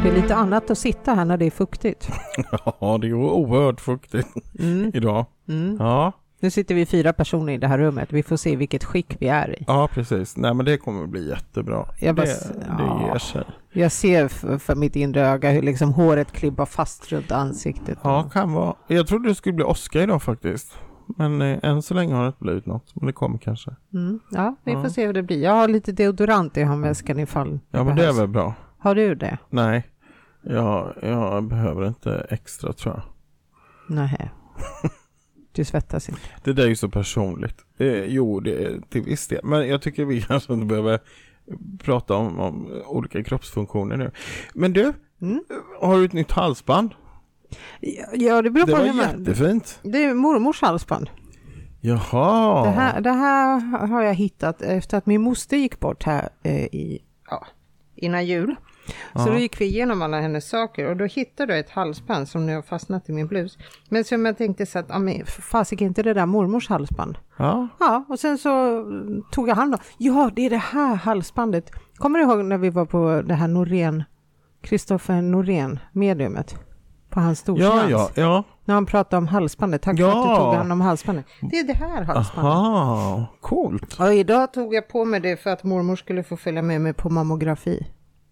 Det är lite annat att sitta här när det är fuktigt. Ja, det är oerhört fuktigt idag. Ja. Nu sitter vi 4 personer i det här rummet. Vi får se vilket skick vi är i. Ja, precis. Nej, men det kommer att bli jättebra. Det ger sig. Jag ser för mitt inre öga hur liksom håret klibbar fast runt ansiktet. Ja, kan vara. Jag trodde det skulle bli Oscar idag faktiskt. Men än så länge har det inte blivit något. Men det kommer kanske. Ja, vi får se hur det blir. Jag har lite deodorant i handväskan ifall. Ja, men det är väl bra. Har du det? Nej, jag behöver inte extra, tror jag. Nej. Du svettas inte. Det där är ju så personligt. Jo, det är till viss del. Men jag tycker vi kanske inte behöver prata om olika kroppsfunktioner nu. Men du, har du ett nytt halsband? Ja, det beror på. Det var jättefint. Det är mormors halsband. Jaha. Det här har jag hittat efter att min moster gick bort här innan jul. Så då gick vi igenom alla hennes saker och då hittade jag ett halsband som nu har fastnat i min blus. Men som jag tänkte så att, fasiken inte det där mormors halsband. Ja. Ja, och sen så tog jag hand om. Ja, det är det här halsbandet. Kommer du ihåg när vi var på det här Kristoffer Norén mediumet? På hans storseans. Ja. När han pratade om halsbandet. Tack för att du tog hand om halsbandet. Det är det här halsbandet. Aha, coolt. Och idag tog jag på mig det för att mormor skulle få följa med mig på mammografi.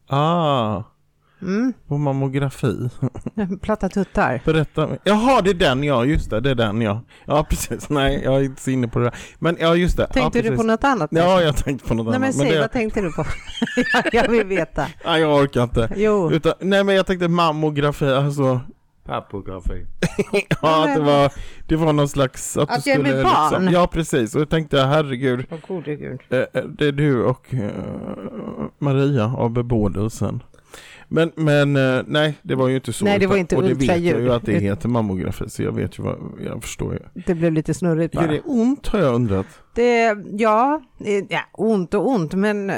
På mammografi. Platta tuttar. Berätta. Jaha, det är den, ja. Just det är den, ja. Ja, precis. Nej, jag är inte så inne på det där. Men ja, just det. Tänkte du på något annat? Ja, jag tänkte på något annat. Nej, men säg, vad tänkte du på? Jag vill veta. Nej, jag orkar inte. Jo. Nej, men jag tänkte mammografi, alltså... Pappografi. Ja, det var någon slags... Att jag är med barn? Ja, precis. Och jag tänkte, herregud. Åh, gode Gud. Det är du och Maria av bebådelsen. Men nej, det var ju inte så. Nej, det var inte och det ultraljud. vet jag ju att det heter mammografi, så jag vet ju jag förstår ju. Det blev lite snurrigt bara. Gör det ont, har jag undrat? Ont, men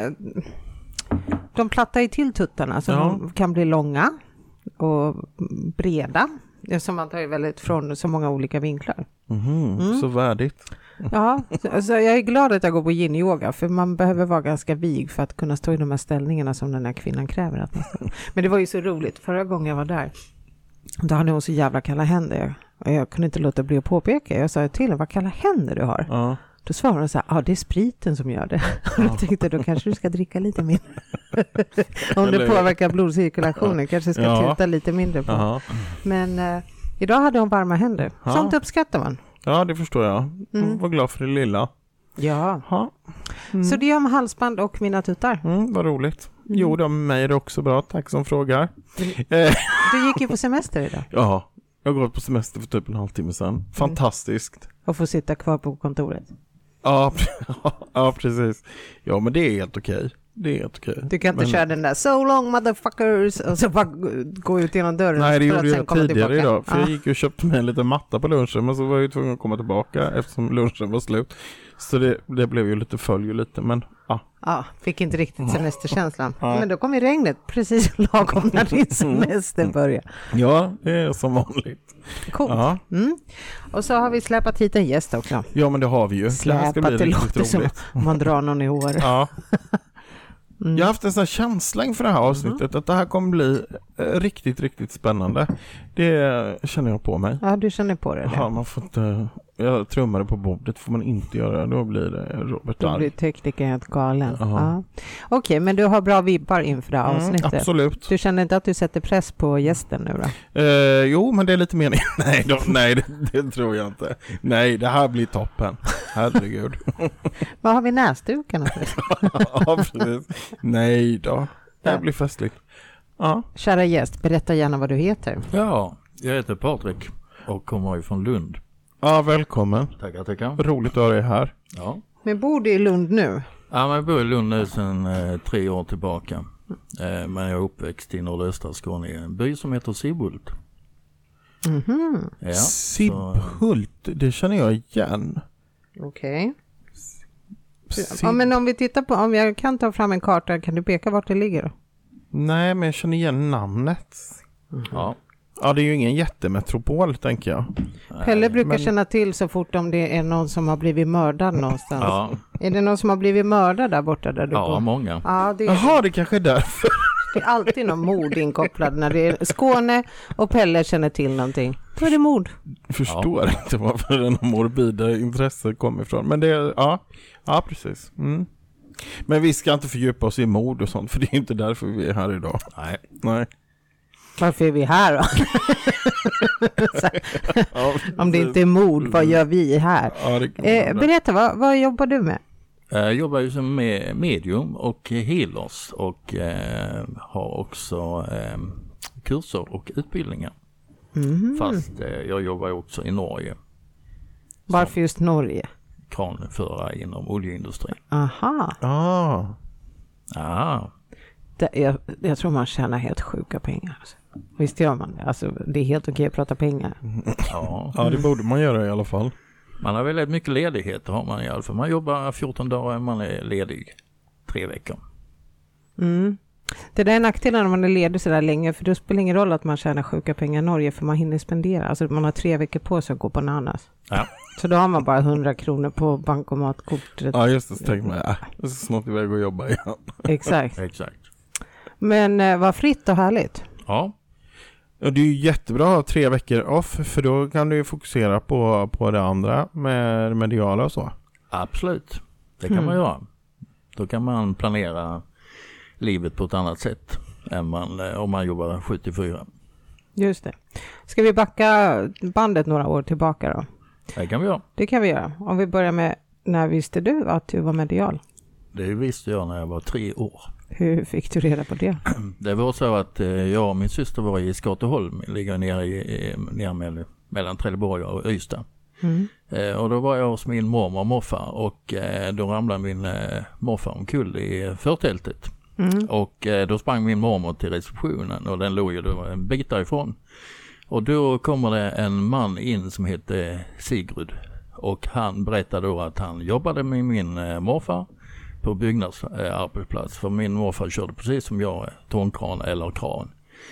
de plattar ju till tuttarna så de kan bli långa och breda. Som man tar ju väldigt från så många olika vinklar. Så värdigt. Ja, så jag är glad att jag går på yin-yoga för man behöver vara ganska vig för att kunna stå i de här ställningarna som den här kvinnan kräver att man står. Men det var ju så roligt, förra gången jag var där då hade hon så jävla kalla händer och jag kunde inte låta bli att påpeka. Jag sa till henne, vad kalla händer du har? Ja. Då svarade hon så här, det är spriten som gör det. Och jag tänkte, då kanske du ska dricka lite mindre. Om det påverkar blodcirkulationen kanske ska tuta lite mindre på. Aha. Men idag hade hon varma händer. Sånt uppskattar man. Ja, det förstår jag. Var glad för det lilla. Ja. Så det är om halsband och mina tuttar. Vad roligt. Jo, de mig är det också bra. Tack som frågar. Du gick ju på semester idag. Ja, jag har gått på semester för typ en halvtimme sedan. Fantastiskt. Och får sitta kvar på kontoret. Ja, precis. Ja, men det är helt okej. Det är helt okej. Du kan inte köra den där so long motherfuckers och så bara gå ut genom dörren. Nej, det gjorde jag tidigare tillbaka. idag. För jag gick och köpte mig en liten matta på lunchen, men så var jag ju tvungen att komma tillbaka eftersom lunchen var slut. Så det blev ju lite följ lite, men Ja, fick inte riktigt semesterkänslan. Men då kom ju regnet precis lagom när din semester började. Ja, det är som vanligt. Coolt. Och så har vi släpat hit en gäst också. Ja, men det har vi ju. Släpat, det låter som om man drar någon i hår. Ja. Jag har haft en sån här känsla inför det här avsnittet att det här kommer bli riktigt, riktigt spännande. Det känner jag på mig. Ja, du känner på det. Ja, man får inte... Jag trummade på bordet, får man inte göra. Då blir det Robert Då blir tekniken helt galen. Ja. Okej, men du har bra vibbar inför det här avsnittet. Absolut. Du känner inte att du sätter press på gästen nu då? Jo, men det är lite mening. Nej, det tror jag inte. Nej, det här blir toppen. Herregud. Vad har vi näsdukarna för? Ja, precis. Nej då. Det blir festligt. Ja. Kära gäst, berätta gärna vad du heter. Ja, jag heter Patrik och kommer ifrån Lund. Ja, välkommen. Tackar. Roligt att ha dig här. Ja. Men bor du i Lund nu? Ja, men jag bor i Lund nu sedan 3 år tillbaka. Men jag är uppväxt i nordöstra Skåne i en by som heter Sibbhult. Ja, Sibbhult, det känner jag igen. Okej. Ja, men om vi tittar på, om jag kan ta fram en karta, kan du peka vart det ligger då? Nej, men jag känner igen namnet. Ja. Ja, det är ju ingen jättemetropol, tänker jag. Pelle brukar känna till så fort om det är någon som har blivit mördad någonstans. Ja. Är det någon som har blivit mördad där borta där du bor? Ja, många. Ja, det är... Jaha, det kanske är därför. Det är alltid någon mord inkopplad när det är Skåne och Pelle känner till någonting. Då är det mord. Jag förstår inte varför den morbida intresse kommer ifrån. Men det är, ja precis. Mm. Men vi ska inte fördjupa oss i mord och sånt, för det är inte därför vi är här idag. Nej. Varför är vi här då? Om det inte är mord, vad gör vi här? Ja, berätta, vad jobbar du med? Jag jobbar ju som medium och healers och har också kurser och utbildningar. Fast jag jobbar ju också i Norge. Varför just Norge? Kranförare inom oljeindustrin. Aha. Jag tror man tjänar helt sjuka pengar. Alltså. Visst gör man det? Alltså, det är helt okej att prata pengar. Ja, det borde man göra i alla fall. Man har väldigt mycket ledighet, har man i alla fall. Man jobbar 14 dagar och man är ledig 3 veckor. Det där är nackdelen när man är ledig så där länge, för det spelar ingen roll att man tjänar sjuka pengar i Norge, för man hinner spendera. Alltså man har 3 veckor på sig att gå på bananas. Ja. Så då har man bara 100 kronor på bankomatkortet. Ja, just det. Så tänker man, det är snart iväg och jobba igen. Exakt. Exakt. Men vad fritt och härligt. Ja. Och det är ju jättebra att ha 3 veckor off, för då kan du ju fokusera på det andra med mediala och så. Absolut. Det kan man göra. Då kan man planera livet på ett annat sätt än om man jobbar 74. Just det. Ska vi backa bandet några år tillbaka då? Det kan vi göra. Det kan vi göra. Om vi börjar med, när visste du att du var medial? Det visste jag när jag var 3 år. Hur fick du reda på det? Det var så att jag och min syster var i Skateholm, ligger nere mellan Trelleborg och Ystad. Och då var jag hos min mormor och morfar, och då ramlade min morfar omkull i förtältet. Och då sprang min mormor till receptionen, och den låg ju då en bit därifrån. Och då kommer det en man in som heter Sigrid, och han berättade då att han jobbade med min morfar på byggnadsarbetsplats, för min morfar körde precis som jag, tornkran eller kran.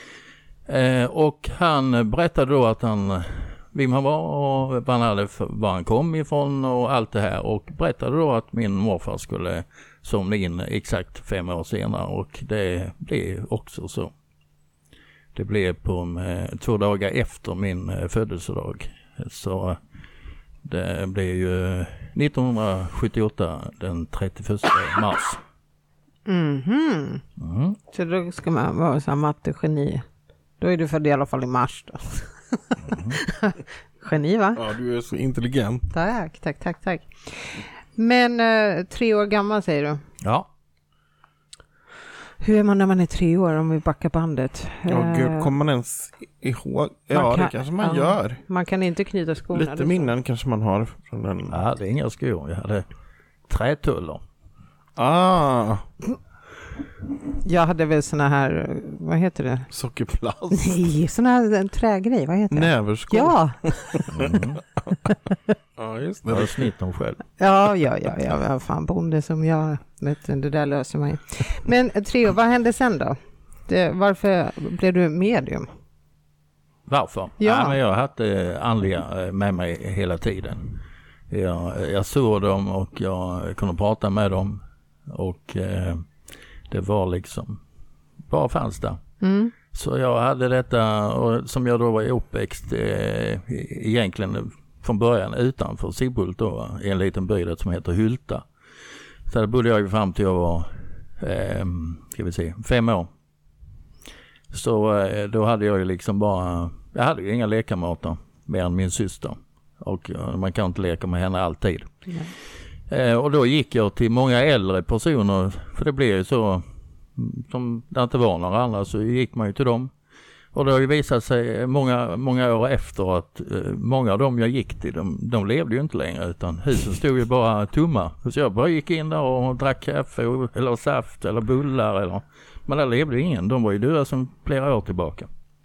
Och han berättade då att vem han var och var han kom ifrån och allt det här, och berättade då att min morfar skulle somna in exakt 5 år senare, och det blev också så. Det blev på 2 dagar efter min födelsedag, så det blev ju 1978 den 31 mars. Så då ska man vara så här mattegeni. Då är du född i alla fall i mars då. Geni, va? Ja, du är så intelligent. Tack. Men 3 år gammal säger du? Ja. Hur är man när man är 3 år, om vi backar bandet? Ja, gud, kommer man ens ihåg? Ja, det kanske man gör. Man kan inte knyta skorna. Lite minnen kanske man har från den. Ja, det är inga skor. Jag hade trätuller. Jag hade väl såna här, vad heter det? Sockerplast. Nej, såna här trägrej, vad heter det? Näverskor. Ja. Ja, just det. Jag har snitt dem själv. Ja, jag var fan bonde som jag. Det där löser man ju. Men 3 år, vad hände sen då? Varför blev du medium? Varför? Ja. Men jag hade andliga med mig hela tiden. Jag såg dem och jag kunde prata med dem. Och det var liksom, bara fanns där. Så jag hade detta, och som jag då var uppväxt egentligen från början utanför Sibbhult då, i en liten by som heter Hylta. Så där bodde jag ju fram till jag var 5 år. Så då hade jag ju liksom jag hade ju inga lekkamrater mer än min syster. Och man kan inte leka med henne alltid. Och då gick jag till många äldre personer, för det blev ju så, som det inte var några andra, så gick man ju till dem. Och det har ju visat sig många år efter att många av dem jag gick till, de levde ju inte längre, utan husen stod ju bara tomma. Så jag bara gick in där och drack kaffe eller saft eller bullar. Men där levde ju ingen, de var ju döda sedan flera år tillbaka.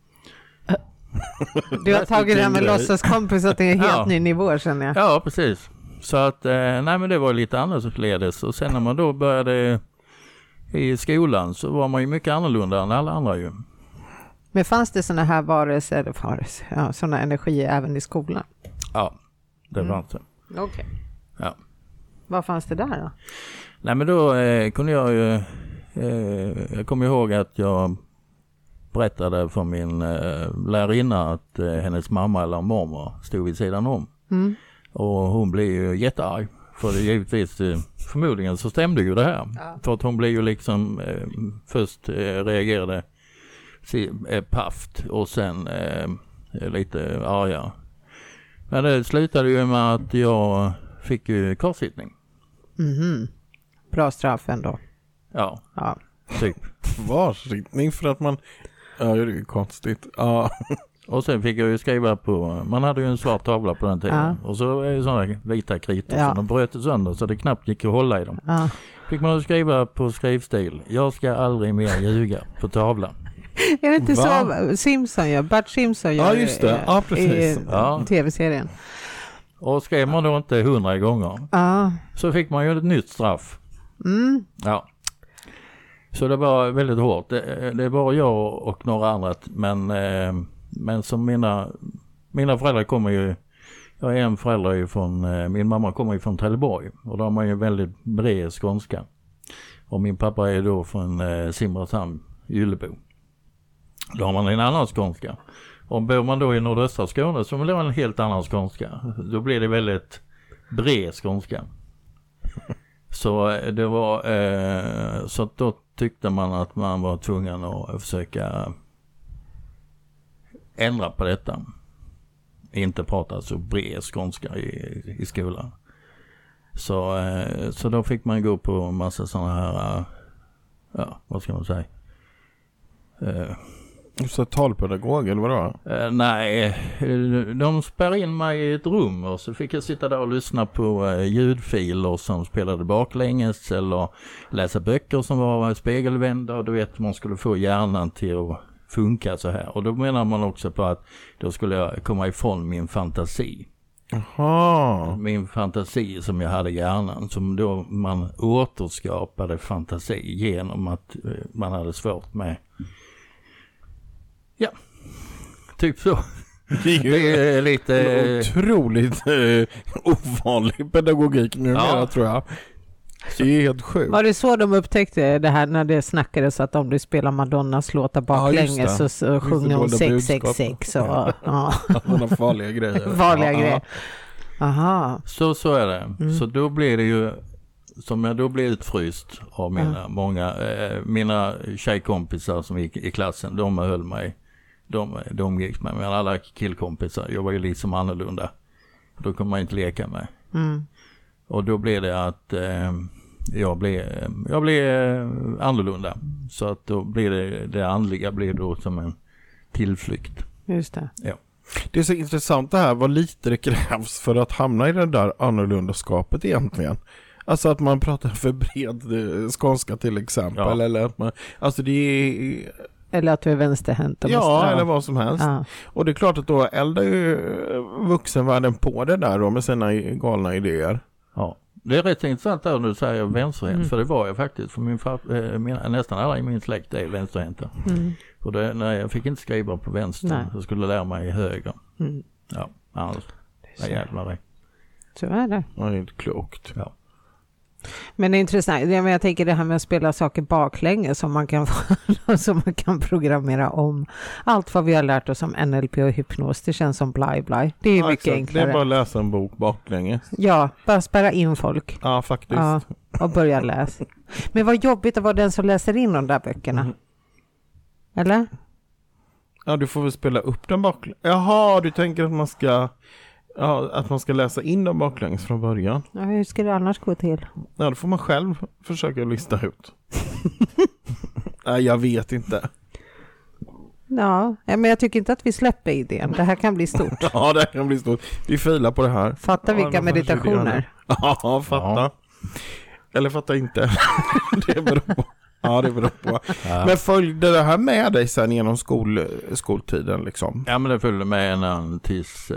Du har tagit det här med låtsaskompis att det är en helt ny nivå, känner jag. Ja, precis. Så att, nej men det var lite annorledes. Och sen när man då började i skolan så var man ju mycket annorlunda än alla andra ju. Men fanns det såna här såna energier även i skolan? Ja, det fanns det. Okej. Ja. Vad fanns det där då? Nej men då kunde jag ju jag kommer ihåg att jag berättade för min lärarinna att hennes mamma eller mormor stod vid sidan om. Och hon blev ju jättearg. För det givetvis, förmodligen så stämde ju det här. Ja. För att hon blev ju liksom, först reagerade pafft och sen lite arga. Men det slutade ju med att jag fick ju kvarsittning. Bra straff ändå. Ja. Typ. Kvarsittning för att man... Ja, det är ju konstigt. Ja. Och sen fick jag ju skriva på, man hade ju en svart tavla på den tiden. Och så är det sådana vita kritor som de bröt sönder så det knappt gick att hålla i dem. Fick man skriva på skrivstil, jag ska aldrig mer ljuga på tavlan. Är det inte så Simpson gör? Bart Simpson gör just det. Ja, precis. I tv-serien. Och skrev man då inte 100 gånger så fick man ju ett nytt straff. Ja. Så det var väldigt hårt. Det var jag och några andra, men som mina föräldrar kommer ju, jag är en förälder ifrån, min mamma kommer ju från Trelleborg och då har man ju väldigt bred skånska. Och min pappa är då från Simrishamn, Gyllebo. Då har man en annan skånska. Och bor man då i nordöstra Skåne så blir man en helt annan skånska. Då blir det väldigt bred skånska. Så det var, så att då tyckte man att man var tvungen att försöka ändra på detta. Inte prata så bred skånska i skolan. Så då fick man gå på en massa sådana här, vad ska man säga? Så talpedagog eller vad det var? Nej, de spärrade in mig i ett rum och så fick jag sitta där och lyssna på ljudfiler som spelade baklänges eller läsa böcker som var spegelvända och du vet man skulle få hjärnan till att funka så här. Och då menar man också på att då skulle jag komma ifrån min fantasi. Aha. Min fantasi som jag hade i hjärnan, som då man återskapade fantasi genom att man hade svårt med. Ja, typ så. Det är lite otroligt ovanlig pedagogik numera tror jag. Det är helt sjukt. Var det så de upptäckte det här när det snackades att om du spelar Madonnas låtar baklänges så sjunger hon 666 och sådana farliga grejer. Farliga grejer. Aha. Så är det. Så då blir det ju som jag då blev utfryst av mina tjejkompisar som gick i klassen, de höll mig, de gick med, men alla killkompisar, jag var ju liksom annorlunda. Då kunde man inte leka med. Och då blev det att jag blev annorlunda. Så att då blir det andliga blir då som en tillflykt. Just det. Ja. Det är så intressant det här, vad lite det krävs för att hamna i det där annorlundaskapet egentligen. Alltså att man pratar för bred skånska till exempel. Eller att man, alltså det är... Eller att du är vänsterhänt. Eller vad som helst. Och det är klart att då eldar ju vuxenvärlden på det där då med sina galna idéer. Ja, det är rätt intressant där när du säger vänsterhänt. För det var jag faktiskt. För nästan alla i min släkt är vänsterhänta. Och när jag fick inte skriva på vänster så skulle jag lära mig i höger. Ja, annars. Det är jävla rätt. Så är det. Ja, det är inte klokt. Ja. Men det är intressant. Jag tänker det här med att spela saker baklänges som man kan programmera om. Allt vad vi har lärt oss om NLP och hypnos, det känns som blaj. Det är mycket enklare. Det är bara att läsa en bok baklänges. Ja, bara spärra in folk. Ja, faktiskt. Ja, och börja läsa. Men vad jobbigt att vara den som läser in de där böckerna. Eller? Ja, du får väl spela upp den baklänges. Jaha, du tänker att man ska... Ja, att man ska läsa in dem baklänges från början. Ja, hur ska det annars gå till? Ja, då får man själv försöka lista ut. Nej, jag vet inte. Ja, men jag tycker inte att vi släpper idén. Det här kan bli stort. Ja, det här kan bli stort. Vi filar på det här. Fatta vilka meditationer. Ja, fatta. Ja. Eller fatta inte. Det beror på. Ja, det beror på. Ja. Men följde det här med dig sen genom skoltiden liksom? Ja, men det följde med en tills...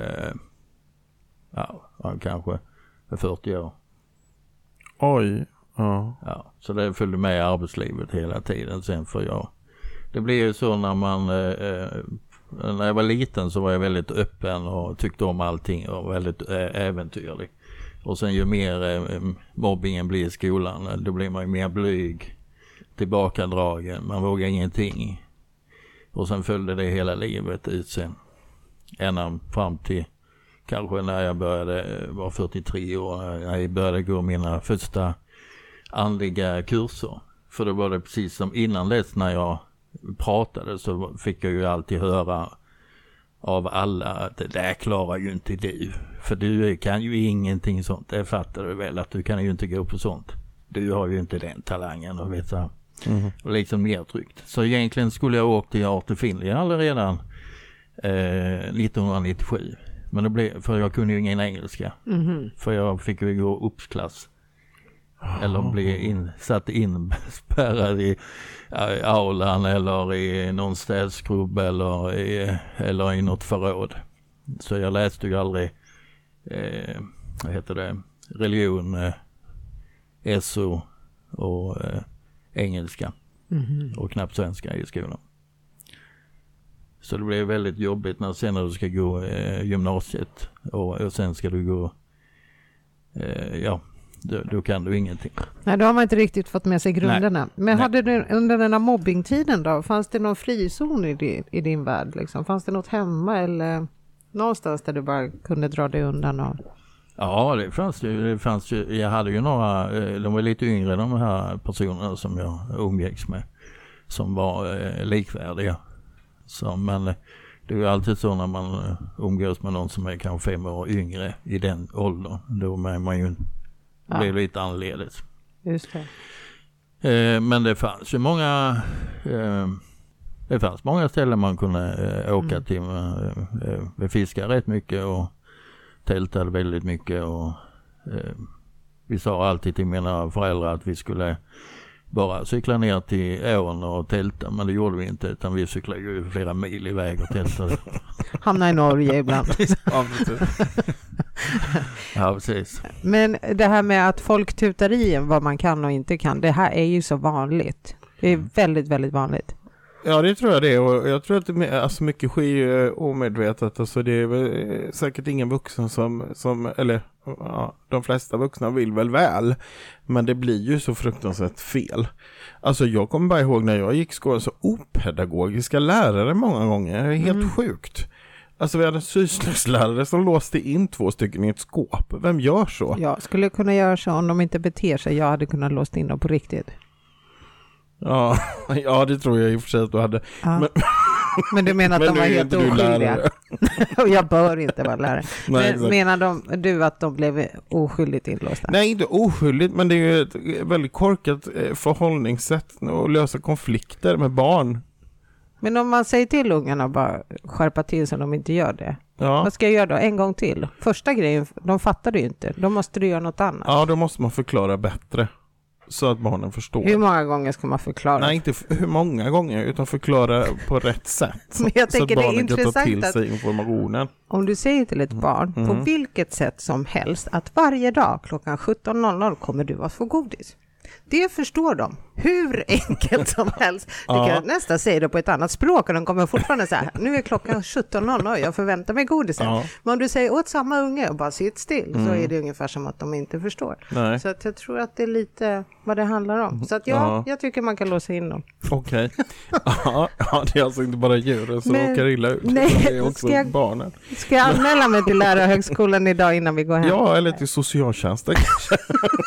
kanske 40 år. Oj, ja. Ja, så det följde med i arbetslivet hela tiden. Sen för jag. Det blir ju så när man, när jag var liten så var jag väldigt öppen och tyckte om allting och väldigt äventyrlig. Och sen ju mer mobbingen blir i skolan, då blir man ju mer blyg. tillbakadragen, man vågar ingenting. Och sen följde det hela livet ut sen. Ända fram till kanske när jag var 43 år, när jag började gå mina första andliga kurser. För då var det precis som innan dess när jag pratade, så fick jag ju alltid höra av alla att det där klarar ju inte du. För du kan ju ingenting sånt. Det fattar du väl, att du kan ju inte gå på sånt. Du har ju inte den talangen och vet så. Och liksom nedtryckt. Så egentligen skulle jag åka till Art of Finley redan 1997. Men det blev, för jag kunde ju ingen engelska. För jag fick ju gå uppsklass. Eller bli inspärrad i aulan eller i någon städskrubb eller i något förråd. Så jag läste ju aldrig vad heter det, religion, SO och engelska och knappt svenska i skolan. Så det blev väldigt jobbigt när du ska gå gymnasiet och sen ska du gå då kan du ingenting. Nej, då har man inte riktigt fått med sig grunderna. Nej. Men hade du under den här mobbingtiden då, fanns det någon frizon i din värld liksom? Fanns det något hemma eller någonstans där du bara kunde dra dig undan? Ja, det fanns ju, jag hade ju några, de var lite yngre de här personerna som jag umgicks med, som var likvärdiga. Men det är ju alltid så när man umgås med någon som är kanske 5 år yngre i den åldern, då är man ju blir lite annorledes. Just det. Men det fanns ju många ställen man kunde åka till. Vi fiskade rätt mycket och tältade väldigt mycket och vi sa alltid till mina föräldrar att vi skulle bara cykla ner till ån och tälta, men det gjorde vi inte, utan vi cyklade ju flera mil iväg och tältade. Hamna i Norge ibland. Ja, precis. Men det här med att folk tutar i en vad man kan och inte kan, det här är ju så vanligt. Det är väldigt, väldigt vanligt. Ja, det tror jag det, och jag tror att alltså mycket sker omedvetet. Alltså det är väl säkert ingen vuxen som eller ja, de flesta vuxna vill väl, men det blir ju så fruktansvärt fel. Alltså jag kommer bara ihåg när jag gick skolan, så opedagogiska lärare många gånger, det är helt sjukt. Alltså vi hade en syslöjdslärare som låste in 2 stycken i ett skåp. Vem gör så? Jag skulle kunna göra så om de inte beter sig. Jag hade kunnat låsa in dem på riktigt. Ja, det tror jag i och för sig att du hade. Ja. Men du menar att de var helt oskyldiga? Och jag bör inte vara lärare. Nej, men menar du att de blev oskyldigt inlåsta? Nej, inte oskyldigt, men det är ju ett väldigt korkat förhållningssätt att lösa konflikter med barn. Men om man säger till ungarna bara skärpa till så de inte gör det. Ja. Vad ska jag göra då? En gång till. Första grejen, de fattar det ju inte. Då måste du göra något annat. Ja, då måste man förklara bättre. Så att barnen förstår. Hur många gånger ska man förklara? Nej, inte hur många gånger, utan förklara på rätt sätt. Men jag tänker så att det är barnen kan ta intressant till att sig informationen. om du säger till ett barn på vilket sätt som helst att varje dag klockan 17.00 kommer du att få godis. Det förstår de. Hur enkelt som helst. Du kan nästan säga det på ett annat språk och de kommer fortfarande säga nu är klockan 17.00, jag förväntar mig godisen. Ja. Men om du säger åt samma unge och bara sitt still så är det ungefär som att de inte förstår. Nej. Så att jag tror att det är lite vad det handlar om. Så att jag tycker man kan låsa in dem. Okej. Ja, det är alltså inte bara djuren som åker illa ut. Nej, det är också barnen. Ska jag anmäla mig till lärarhögskolan idag innan vi går hem? Ja, eller till socialtjänsten kanske.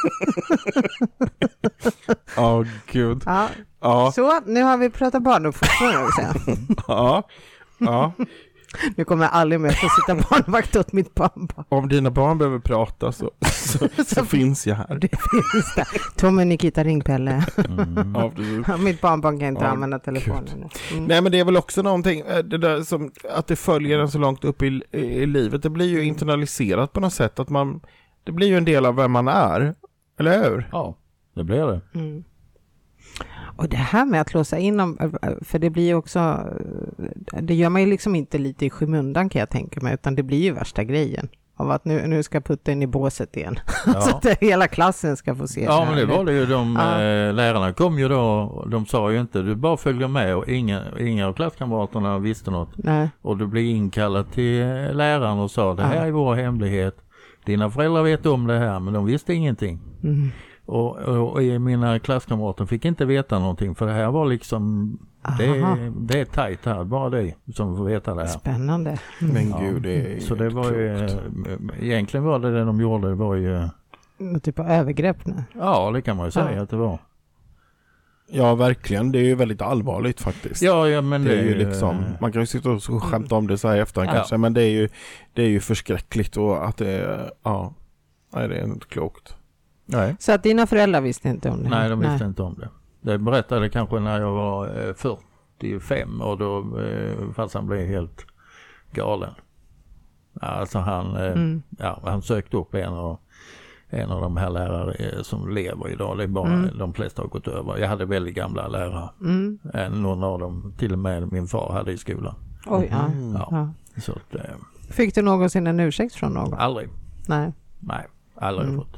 Gud. Ja. Så, nu har vi pratat barnuppfostran också. Ja. Nu kommer jag aldrig mer få sitta barnvakt åt mitt barnbarn. Om dina barn behöver prata så finns jag här. Det finns där. Tommy, Nikita, ring Pelle. Mitt barnbarn kan inte använda telefonen. Nej, men det är väl också någonting, det där som, att det följer en så långt upp i livet. Det blir ju internaliserat på något sätt. Att det blir ju en del av vem man är. Eller hur? Ja, det blir det. Och det här med att låsa in dem, för det blir ju också, det gör man ju liksom inte lite i skymundan kan jag tänka mig, utan det blir ju värsta grejen. Av att nu ska putta in i båset igen. Ja. Så att hela klassen ska få se. Ja, men det var det ju. Lärarna kom ju då och de sa ju inte, du bara följer med, och inga av klasskamraterna visste något. Nej. Och du blev inkallad till läraren och sa, det här är vår hemlighet. Dina föräldrar vet om det här, men de visste ingenting. Och mina klasskamrater fick inte veta någonting, för det här var liksom, det är tajt här, bara det som får veta det här. Spännande. Men gud, det är så det var ju, egentligen var det de gjorde, det var ju... Typ av övergrepp nu. Ja, det kan man ju säga att det var. Ja, verkligen. Det är ju väldigt allvarligt faktiskt. Ja, men det är ju liksom, man kan ju sitta och skämta om det så här efter kanske, men det är ju förskräckligt, och att det är, nej, det är inte klokt. Nej. Så att dina föräldrar visste inte om det? Nej, de visste inte om det. Det berättade kanske när jag var 45, och då fast han blev helt galen. Alltså han sökte upp en av de här lärare som lever idag. Det är bara de flesta har gått över. Jag hade väldigt gamla lärare. Någon av dem, till och med min far, hade i skolan. Oj, ja. Så att, fick du någonsin en ursäkt från någon? Aldrig. Nej, aldrig fått.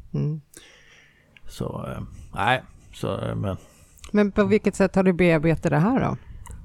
Så, nej. Så, men på vilket sätt har du bearbetat det här då?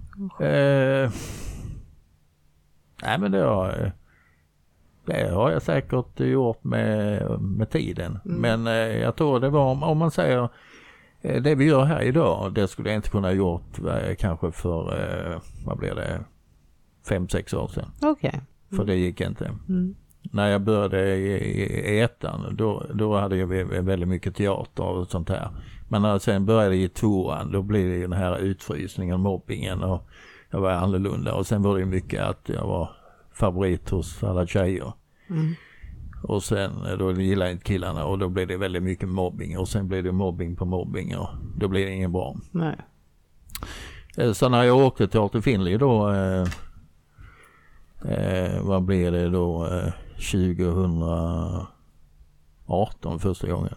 Nej, men det har jag säkert gjort med tiden. Men jag tror det var, om man säger det vi gör här idag, det skulle jag inte kunna gjort kanske för, vad blir det, 5-6 år sedan. Okej. För det gick inte. När jag började i ettan, då hade jag väldigt mycket teater och sånt här. Men när jag sen började i 2:an, då blev det ju den här utfrysningen, mobbingen, och jag var annorlunda. Och sen var det ju mycket att jag var favorit hos alla tjejer. Och sen då gillade jag inte killarna, och då blev det väldigt mycket mobbing. Och sen blev det mobbing på mobbing, och då blev det ingen bra. Nej. Så när jag åkte till Teater Finley då, vad blev det då, 2018 första gången.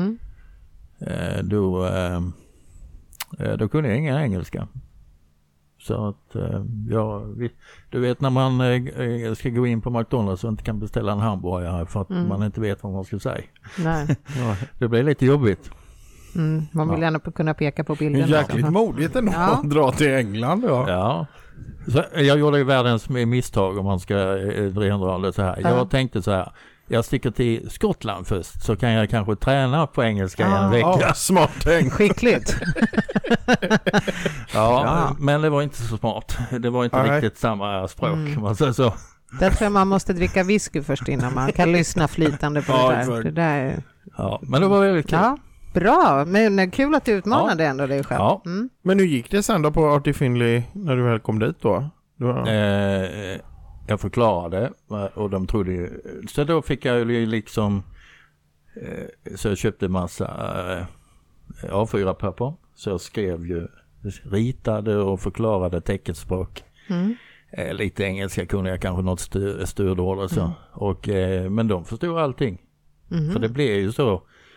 Då kunde jag ingen engelska. Så att du vet när man ska gå in på McDonald's och inte kan beställa en hamburgare för att man inte vet vad man ska säga. Nej. Det blir lite jobbigt. Man vill gärna kunna peka på bilden. Jäkligt modigt ändå att dra till England. Ja. Så jag gjorde ju världens misstag, om man ska dra det så här. Jag tänkte så här: jag sticker till Skottland först, så kan jag kanske träna på engelska en vecka. Smart tänk. Skickligt. Men det var inte så smart. Det var inte riktigt samma språk. Man säger så. Där tror jag man måste dricka whisky först innan man kan lyssna flytande på det där. Ja, men det var väldigt kul. Ja, bra. Men kul att du utmanade ändå dig själv. Ja. Men hur gick det sen då på Art i Finley när du väl kom dit då? Jag förklarade, och de trodde ju, så då fick jag ju liksom, så jag köpte massa A4-papper, så jag skrev ju, ritade och förklarade teckenspråk. Lite engelska kunde jag, kanske något stödord och så. Men de förstod allting. För det blev ju så,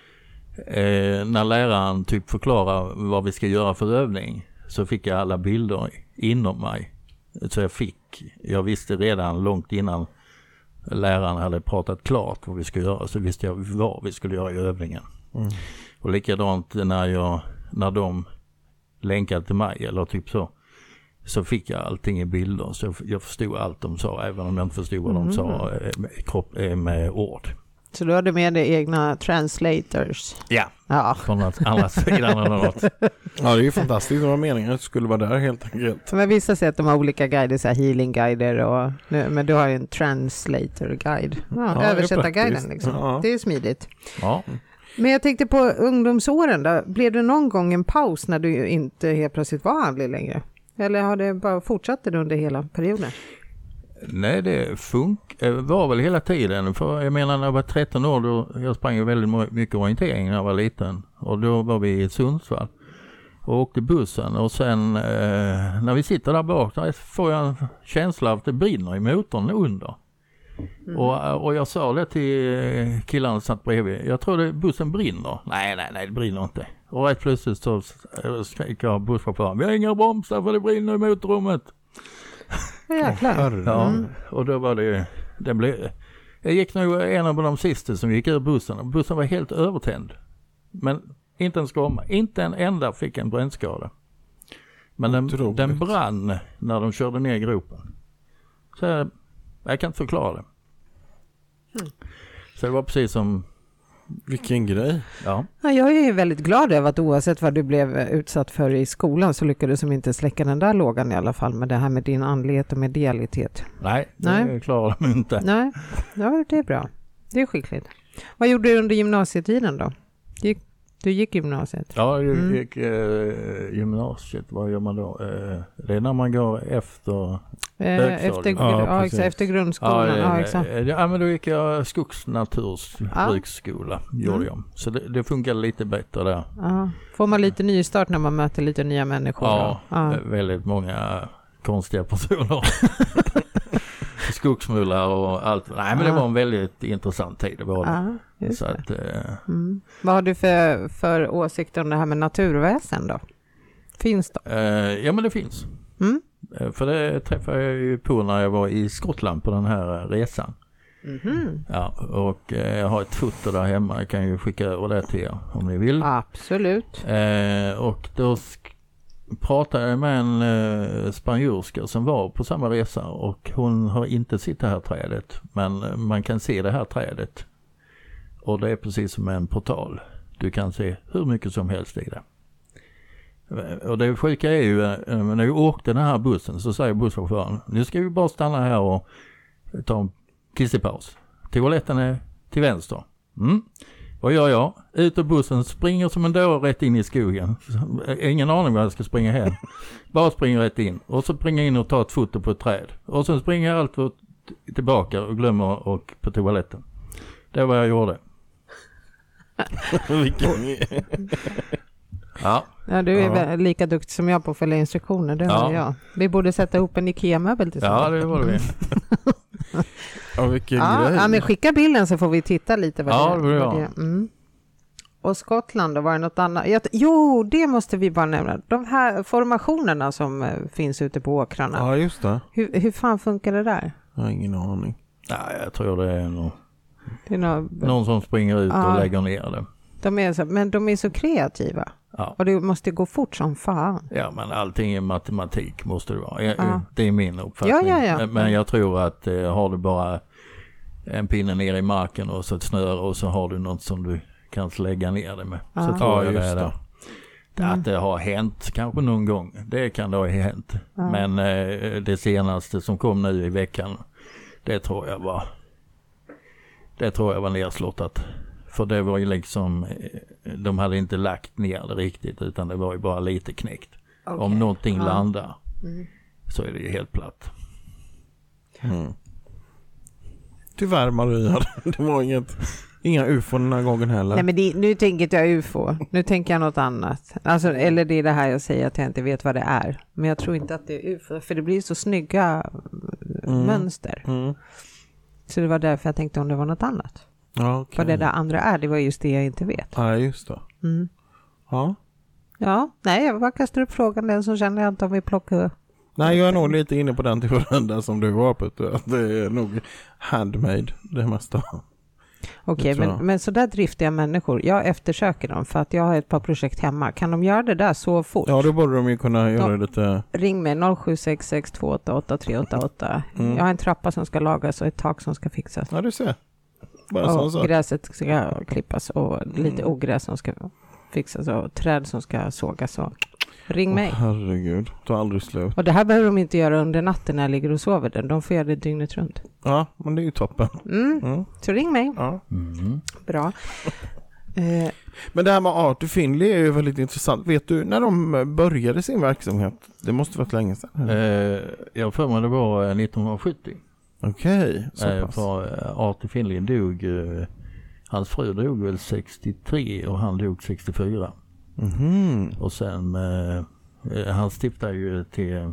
när läraren typ förklarar vad vi ska göra för övning, så fick jag alla bilder inom mig. Så jag visste redan långt innan läraren hade pratat klart vad vi skulle göra, så visste jag vad vi skulle göra i övningen. Och likadant när de länkade till mig eller typ så fick jag allting i bilder, så jag förstod allt de sa, även om jag inte förstod vad de sa med ord. Så du hade med dig egna translators? Ja. Från andra sidan eller något. Ja, det är ju fantastiskt. Det var meningen att du skulle vara där helt enkelt. Men vissa säger att de har olika guider, så här healing-guider, men du har ju en translator-guide. Översättarguiden liksom. Ja. Det är smidigt. Ja. Men jag tänkte på ungdomsåren då. Blev det någon gång en paus när du inte helt plötsligt var andlig längre? Eller har det bara fortsatt under hela perioden? Nej, det var väl hela tiden. För jag menar, när jag var 13 år, då jag sprang ju väldigt mycket orientering när jag var liten. Och då var vi i Sundsvall och åkte bussen. Och sen när vi sitter där bak, då får jag en känsla av att det brinner i motorn under. Och jag sa det till killarna som satt bredvid. Jag tror bussen brinner. Nej, det brinner inte. Och rätt plötsligt så skrek jag busschauffören: vi har inga bromsar för det brinner i motorrummet. Jäklar. Ja, och då var jag gick nog en av de sista som gick ur bussen, och bussen var helt övertänd. Men inte en skåma, inte en enda fick en brännskada. Men den brann när de körde ner gropen. Så jag kan inte förklara det. Så det var precis som Vilken grej. Ja. Ja, jag är väldigt glad över att oavsett vad du blev utsatt för i skolan så lyckades du inte släcka den där lågan i alla fall med det här med din andlighet och medialitet. Nej, det klarar de inte. Nej, ja, det är bra. Det är skickligt. Vad gjorde du under gymnasietiden då? Du gick gymnasiet? Ja, jag gick gymnasiet. Vad gör man då? Det är när man går efter efter grundskolan. Ja, exakt. Ja, men då gick jag skogsnatursbruksskola. Gjorde jag. Så det funkade lite bättre där. Ja. Får man lite nystart när man möter lite nya människor? Ja, väldigt många konstiga personer. Skogsmullar och allt. Nej, men det var en väldigt intressant tid. Det var det. Så att, Vad har du för åsikter om det här med naturväsen då? Finns det? Ja, men det finns. För det träffade jag ju på när jag var i Skottland på den här resan. Ja, och jag har ett foto där hemma. Jag kan ju skicka över det till er om ni vill. Absolut. Och då pratade jag med en spanjorska som var på samma resa, och hon har inte sett det här trädet, men man kan se det här trädet, och det är precis som en portal. Du kan se hur mycket som helst i det. Och det sjuka är ju när vi åkte den här bussen så säger busschauffören: nu ska vi bara stanna här och ta en kissepaus. Toaletten är till vänster. Vad gör jag? Ut ur bussen, springer som en dåre rätt in i skogen. Ingen aning vad jag ska springa hem. Bara springer rätt in. Och så springer in och tar ett foto på ett träd. Och så springer jag allt tillbaka och glömmer och på toaletten. Det var jag gjorde. Ja, du är lika duktig som jag på att följa instruktioner. Det var jag. Vi borde sätta ihop en IKEA-möbel tillsammans. Ja, det var det. Vilken grej. Ja, men skicka bilden så får vi titta lite vad det är. Och Skottland, då var det något annat? Jo, det måste vi bara nämna. De här formationerna som finns ute på åkrarna. Ja, just det. Hur fan funkar det där? Jag har ingen aning. Nej, jag tror det är någon som springer ut och lägger ner det. Men de är så kreativa. Ja. Och det måste gå fort som fan. Ja, men allting är matematik måste det vara. Det är min uppfattning. Ja. Men jag tror att har du bara en pinne ner i marken och så ett snöre och så har du något som du kan lägga ner det med. Så tror jag det är där. Att det har hänt kanske någon gång. Det kan det ha hänt. Men det senaste som kom nu i veckan, det tror jag var nedslottat. För det var ju liksom, de hade inte lagt ner det riktigt, utan det var ju bara lite knäckt. Okay. Om någonting landar så är det ju helt platt. Tyvärr, Maria, det var inga UFO den här gången heller. Nej, men nu tänker inte jag UFO. Nu tänker jag något annat. Alltså, eller det är det här jag säger att jag inte vet vad det är. Men jag tror inte att det är UFO, för det blir så snygga mönster. Så det var därför jag tänkte om det var något annat. Okay. Vad det där andra är, det var just det jag inte vet. Ja, just det. Ja, nej, jag bara kastar upp frågan. Den som känner jag inte om vi plockar. Nej, jag är nog lite inne på den teorin som du var på. Att det är nog handmade det mesta. Okej, men så där driftiga människor, jag eftersöker dem för att jag har ett par projekt hemma. Kan de göra det där så fort? Ja, då borde de ju kunna göra det lite... Ring mig 0766288388. Jag har en trappa som ska lagas och ett tak som ska fixas. Ja, du ser. Och gräset ska klippas och lite ogräs som ska fixas och träd som ska sågas. Ring mig. Herregud, det tar aldrig slut. Och det här behöver de inte göra under natten när jag ligger och sover. De får göra det dygnet runt. Ja, men det är ju toppen. Så ring mig. Ja. Bra. Men det här med Art Finley är ju väldigt intressant. Vet du när de började sin verksamhet? Det måste varit länge sedan. Jag för mig det var 1970. Okej, så pass. För Art Finley dog, hans fru dog väl 63 och han dog 64. Och sen han stiftade ju till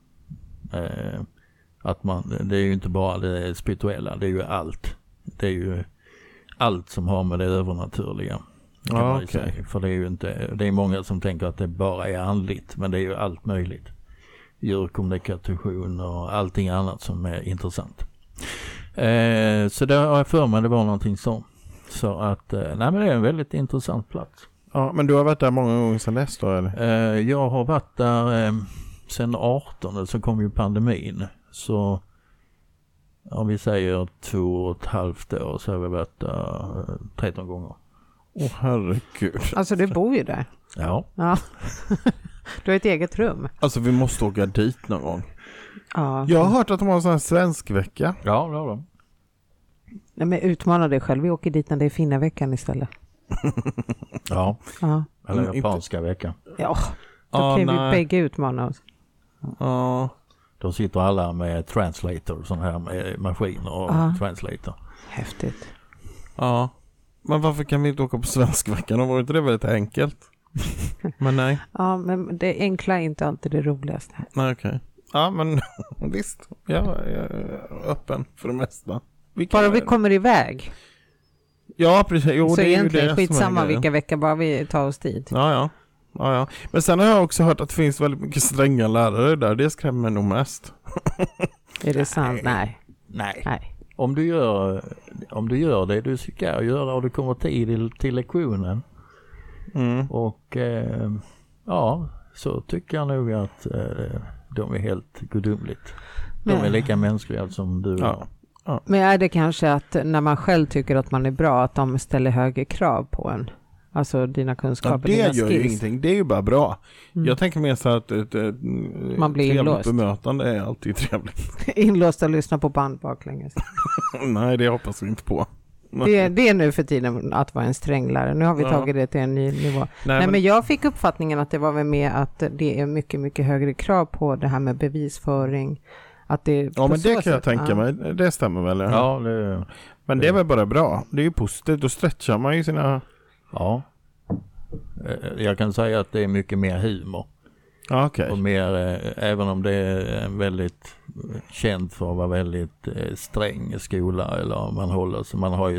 att det är ju inte bara det spirituella, det är ju allt. Det är ju allt som har med det övernaturliga. Okay. För det är ju inte, det är många som tänker att det bara är andligt, men det är ju allt möjligt. Djurkommunikation och allting annat som är intressant. Så där har jag för mig det var någonting så att nej, men det är en väldigt intressant plats. Ja, men du har varit där många gånger sedan dess då, eller? Jag har varit där sedan 18, så kom ju pandemin. Så om vi säger 2,5 år så har vi varit där 13 gånger. Herregud. Alltså du bor ju där. Ja. Du har ett eget rum. Alltså vi måste åka dit någon gång. Ja. Jag har hört att de har en sån här svensk vecka. Ja, det har de. Nej, men utmana dig själv. Vi åker dit när det är fina veckan istället. Ja. Ja. Eller japanska veckan. Ja. Då kan vi bägge utmana oss. Ja. Då sitter alla med translator, sån här med maskiner och translator. Häftigt. Ja. Men varför kan vi inte åka på svensk veckan? Då var inte det väldigt enkelt. Men nej. Ja, men det enkla är inte alltid det roligaste. Nej, okej. Ja, men visst. Jag är öppen för det mesta. Bara vi kommer iväg. Ja, precis. Jo, så det är egentligen ju det skitsamma som är vilka veckor bara vi tar oss dit. Ja. Men sen har jag också hört att det finns väldigt mycket stränga lärare där. Det skrämmer mig nog mest. Är det sant? Nej. Om du gör det du ska göra och du kommer tid till lektionen och så tycker jag nog att de är helt gudomligt. De är lika mänskliga som du är. Ja. Men är det kanske att när man själv tycker att man är bra att de ställer högre krav på en? Alltså dina kunskaper, dina skills. Det gör ju ingenting, det är ju bara bra. Jag tänker mer så att ett man blir inlåst. Bemötande är alltid trevligt. Inlåst och lyssna på band baklänges. Nej, det hoppas vi inte på. Det är nu för tiden att vara en sträng lärare. Nu har vi tagit det till en ny nivå. Nej, men jag fick uppfattningen att det var väl med att det är mycket, mycket högre krav på det här med bevisföring. Att det men det kan jag tänka mig. Det stämmer väl? Ja, men det är väl bara bra. Det är ju positivt. Då stretchar man ju sina... Ja. Jag kan säga att det är mycket mer humor. Okay. Och mer, även om det är en väldigt känd för att vara väldigt sträng skola, eller man har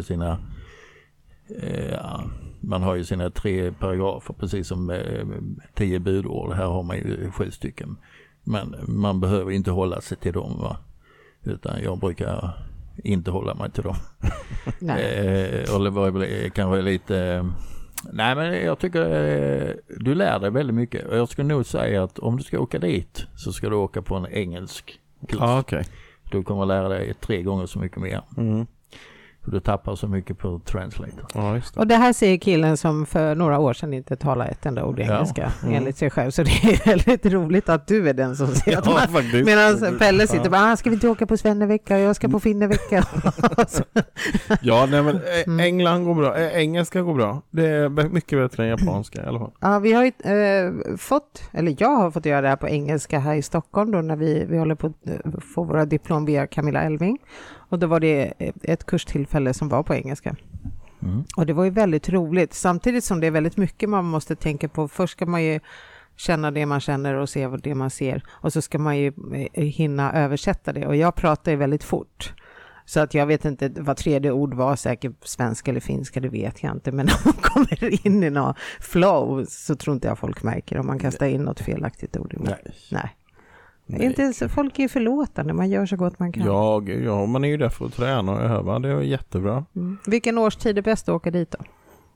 ju sina 3 paragrafer, precis som 10 budord. Här har man ju 7 stycken. Men man behöver inte hålla sig till dem, va? Utan jag brukar inte hålla mig till dem. Och det var väl kanske lite... Nej, men jag tycker du lär dig väldigt mycket. Och jag skulle nog säga att om du ska åka dit så ska du åka på en engelsk kurs. Okay. Du kommer lära dig 3 gånger så mycket mer. För du tappar så mycket på translator. Ja, just det. Och det här säger killen som för några år sedan inte talar ett enda ord engelska enligt sig själv. Så det är väldigt roligt att du är den som säger att medan Pelle sitter bara, ska vi inte åka på Svennevecka? Jag ska på Finnevecka. Ja, nej, men England går bra. Engelska går bra. Det är mycket bättre än japanska i alla fall. Ja, vi har ju jag har fått göra det här på engelska här i Stockholm då, när vi håller på att få våra diplom via Camilla Elving. Och då var det ett kurstillfälle som var på engelska. Och det var ju väldigt roligt. Samtidigt som det är väldigt mycket man måste tänka på. Först ska man ju känna det man känner och se det man ser. Och så ska man ju hinna översätta det. Och jag pratar ju väldigt fort. Så att jag vet inte vad tredje ord var, säkert svenska eller finska, det vet jag inte. Men om man kommer in i någon flow så tror inte jag folk märker om man kastar in något felaktigt ord. Nej. Inte så, folk är förlåtande, man gör så gott man kan. Ja, man är ju där för att träna och öva, det är jättebra. Vilken årstid är bäst att åka dit då?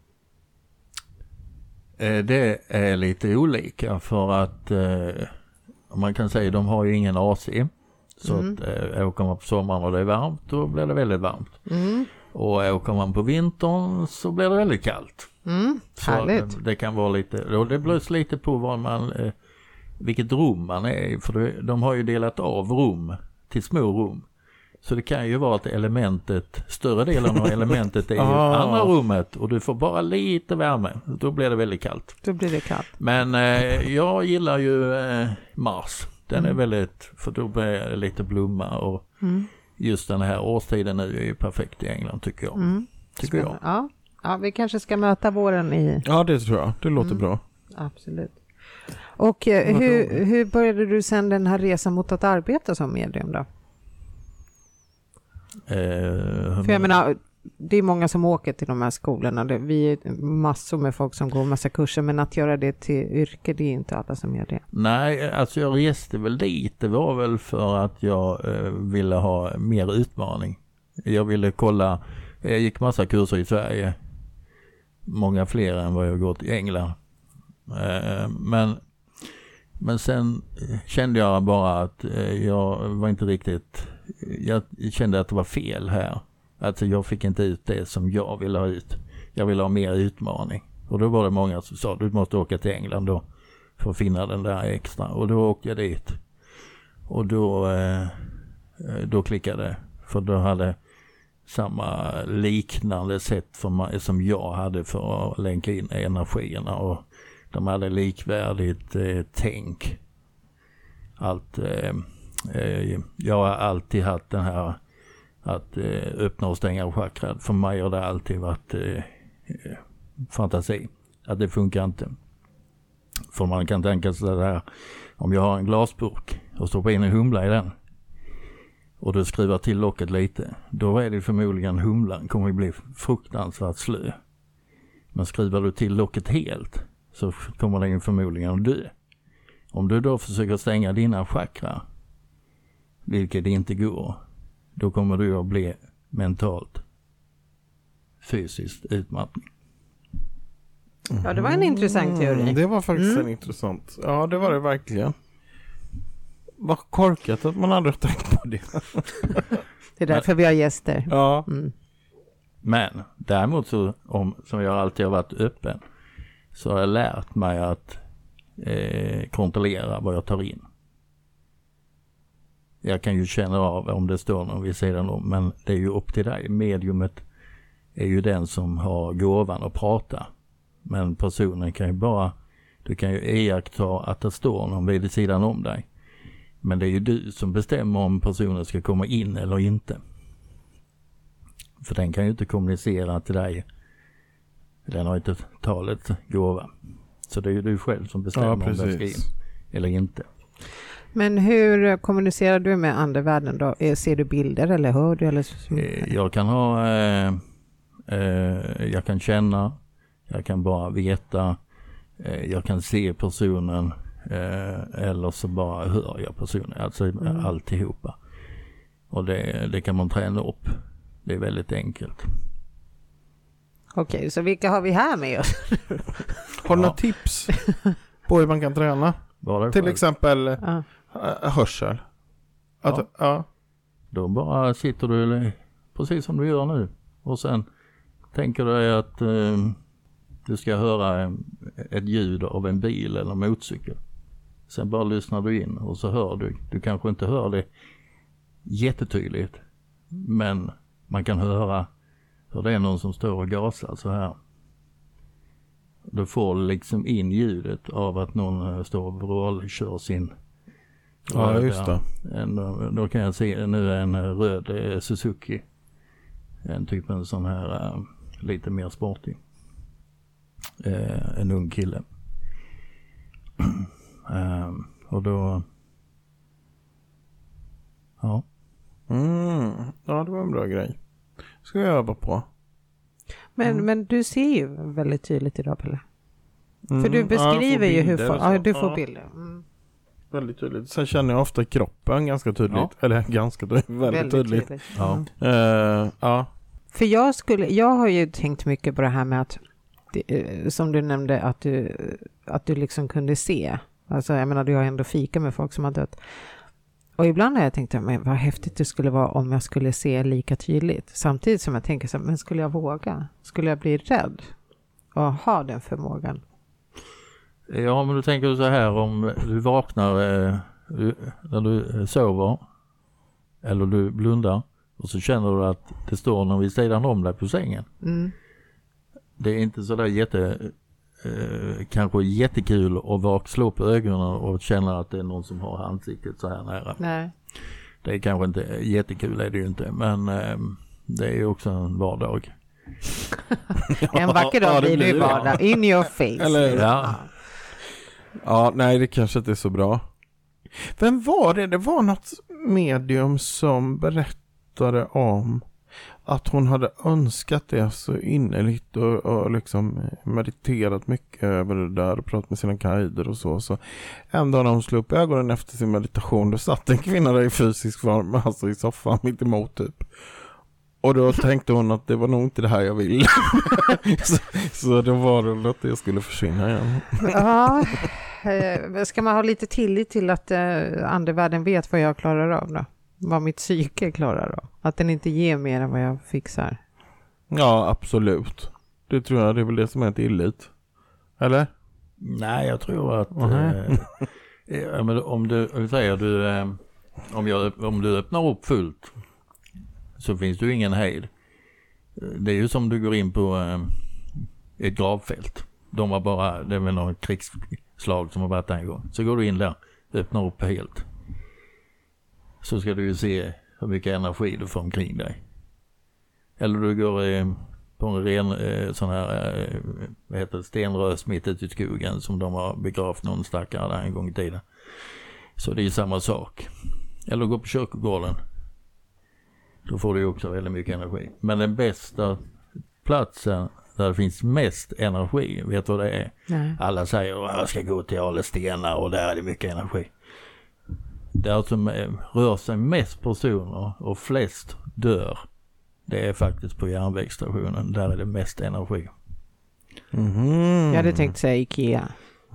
Det är lite olika för att man kan säga de har ju ingen AC. Så att åker man på sommaren och det är varmt, då blir det väldigt varmt. Och åker man på vintern så blir det väldigt kallt. Så härligt. Det kan vara lite, och det beror lite på vad man... vilket rum man är i, för de har ju delat av rum till små rum. Så det kan ju vara att större delen av elementet är i andra rummet och du får bara lite värme. Då blir det väldigt kallt. Då blir det kallt. Men jag gillar ju mars. Den är väldigt, för då blir det lite blomma och just den här årstiden nu är ju perfekt i England tycker jag. Tycker jag. Ja, vi kanske ska möta våren i... Ja, det tror jag. Det låter bra. Absolut. Och hur började du sen den här resan mot att arbeta som medium då? För jag menar, det är många som åker till de här skolorna. Vi är massor med folk som går massa kurser, men att göra det till yrke, det är inte alla som gör det. Nej, alltså jag reste väl dit. Det var väl för att jag ville ha mer utmaning. Jag ville kolla, jag gick massa kurser i Sverige. Många fler än vad jag gått i England. Men sen kände jag bara att jag var inte riktigt, jag kände att det var fel här. Alltså jag fick inte ut det som jag ville ha ut. Jag vill ha mer utmaning. Och då var det många som sa, du måste åka till England då för att finna den där extra. Och då åkte jag dit. Och då klickade det. För då hade samma liknande sätt som jag hade för att länka in energierna. Och de hade likvärdigt tänk. Jag har alltid haft den här att öppna och stänga chakran. För mig har det alltid varit fantasi. Att det funkar inte. För man kan tänka sig det här. Om jag har en glasburk och stoppar in en humla i den. Och du skruvar till locket lite. Då är det förmodligen humlan kommer att bli fruktansvärt slö. Men skruvar du till locket helt så kommer den förmodligen att dö. Om du då försöker stänga dina chakra, vilket inte går, då kommer du att bli mentalt, fysiskt utmattning. Ja, det var en intressant teori. Det var faktiskt en intressant. Ja, det var det verkligen. Vad korkat att man aldrig har tänkt på det. Det är därför vi har gäster. Ja. Men däremot så, som jag alltid har varit öppen, så har jag lärt mig att kontrollera vad jag tar in. Jag kan ju känna av om det står någon vid sidan om, men det är ju upp till dig. Mediumet är ju den som har gåvan att prata. Men personen kan ju bara, du kan ju iaktta att det står någon vid sidan om dig. Men det är ju du som bestämmer om personen ska komma in eller inte. För den kan ju inte kommunicera till dig. Den har inte talet gåva. Så det är ju du själv som bestämmer om det ska in eller inte. Men hur kommunicerar du med andevärlden då? Ser du bilder eller hör du? Eller jag kan ha, jag kan känna, jag kan bara veta, jag kan se personen eller så bara hör jag personen. Alltså alltihopa. Och det kan man träna upp. Det är väldigt enkelt. Okej, så vilka har vi här med oss? Har du några tips på hur man kan träna? Till exempel hörsel. Då bara sitter du precis som du gör nu. Och sen tänker du dig att du ska höra ett ljud av en bil eller motorcykel. Sen bara lyssnar du in och så hör du. Du kanske inte hör det jättetydligt. Men man kan höra hur det är någon som står och gasar så här. Du får liksom in ljudet av att någon står och vrålkör sin. Ja, just det. Då kan jag se nu en röd Suzuki. En typ en sån här lite mer sportig. En ung kille. Och då ja. Ja, det var en bra grej. Ska jag öva på. Men du ser ju väldigt tydligt idag, Pelle. För du beskriver ju hur du får bilder. Väldigt tydligt. Sen känner jag ofta kroppen ganska tydligt. Ja. Eller ganska väldigt tydligt. Ja. För jag har ju tänkt mycket på det här med att som du nämnde att du liksom kunde se. Alltså jag menar, du har ändå fika med folk som har dött. Och ibland har jag tänkt, men vad häftigt det skulle vara om jag skulle se lika tydligt. Samtidigt som jag tänker så här, men skulle jag våga? Skulle jag bli rädd? Och ha den förmågan? Ja, men du tänker så här, om du vaknar när du sover eller du blundar och så känner du att det står någon vid sidan om dig på sängen. Det är inte så där kanske jättekul att slå upp ögonen och känna att det är någon som har ansiktet så här nära. Nej. Det är kanske inte jättekul, är det ju inte, men det är ju också en vardag. En vacker dag blir det vardag. In your face. Eller, ja, nej, det kanske inte är så bra. Vem var det? Det var något medium som berättade om att hon hade önskat det så innerligt och liksom mediterat mycket över det där och pratat med sina guider och så. Så en dag när hon slog upp ögonen efter sin meditation, då satt en kvinna där i fysisk form, alltså i soffan mitt emot typ. Och då tänkte hon att det var nog inte det här jag vill. så då var det att det skulle försvinna igen. Ja, ska man ha lite tillit till att andevärlden vet vad jag klarar av då? Vad mitt psyke klarar av? Att den inte ger mer än vad jag fixar? Ja, absolut. Det tror jag, det är väl det som är ett illit. Eller? Nej, jag tror att men om du öppnar upp fullt så finns det ju ingen hejd. Det är ju som du går in på ett gravfält. Det är väl någon krigsslag som har varit där en gång. Så går du in där, öppnar upp helt. Så ska du ju se hur mycket energi du får omkring dig. Eller du går på en ren sån här stenrös mitt ute i skogen som de har begravt någon stackare där en gång i tiden. Så det är ju samma sak. Eller gå på kyrkogården. Då får du ju också väldigt mycket energi. Men den bästa platsen där det finns mest energi, vet du vad det är? Nej. Alla säger att jag ska gå till Alestena och där är det mycket energi. Där som rör sig mest personer och flest dör, det är faktiskt på järnvägsstationen. Där är det mest energi. Mm. Jag hade tänkt säga Ikea.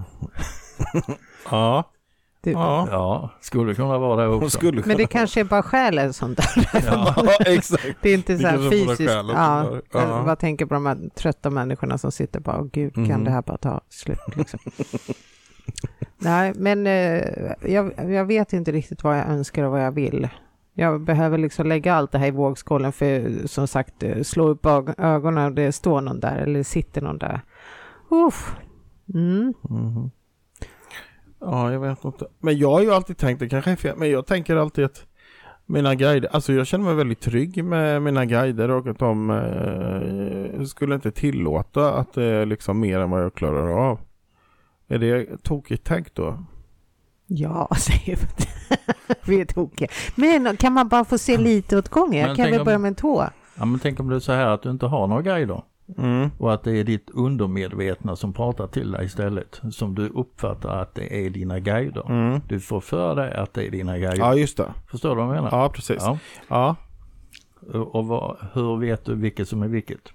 Ja. Ja, skulle kunna vara det också. Men det kanske är bara skälen sånt där. Ja, exakt. Det är inte så här fysiskt. Ja. Jag bara tänker på de här trötta människorna som sitter bara, åh gud, kan det här bara ta slut liksom. Nej, men jag vet inte riktigt vad jag önskar och vad jag vill. Jag behöver liksom lägga allt det här i vågskålen för som sagt slå upp ögonen och det står någon där eller sitter någon där. Uff. Mm. Mm. Ja, jag vet inte. Men jag har ju alltid tänkt, det kanske är fel, men jag tänker alltid att mina guider, alltså jag känner mig väldigt trygg med mina guider och att de skulle inte tillåta att det är liksom mer än vad jag klarar av. Är det tokigt tänkt då? Ja, säger vi är tokiga. Men kan man bara få se lite åt gången? Kan vi börja med en tå? Ja, men tänk om det är så här att du inte har några guider. Och att det är ditt undermedvetna som pratar till dig istället. Som du uppfattar att det är dina guider. Du får för dig att det är dina guider. Ja, just det. Förstår du vad jag menar? Ja, precis. Ja. Och hur vet du vilket som är vilket?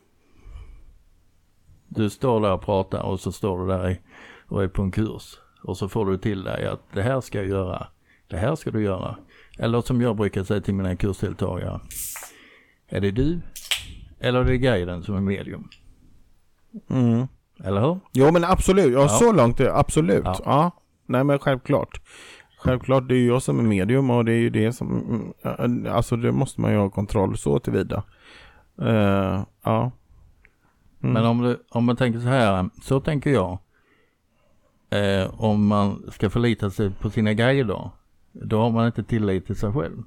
Du står där och pratar och så står du där och är på en kurs. Och så får du till dig att det här ska jag göra. Det här ska du göra. Eller som jag brukar säga till mina kursdeltagare. Är det du? Eller är det guiden som är medium? Eller hur? Jo, men absolut. Ja, så långt är absolut. Ja. Nej, men självklart. Självklart, det är ju jag som är medium och det är ju det som... Alltså, det måste man ju ha kontroll så tillvida. Ja. Men om man tänker så här, så tänker jag. Om man ska förlita sig på sina guider, då har man inte tillit till sig själv.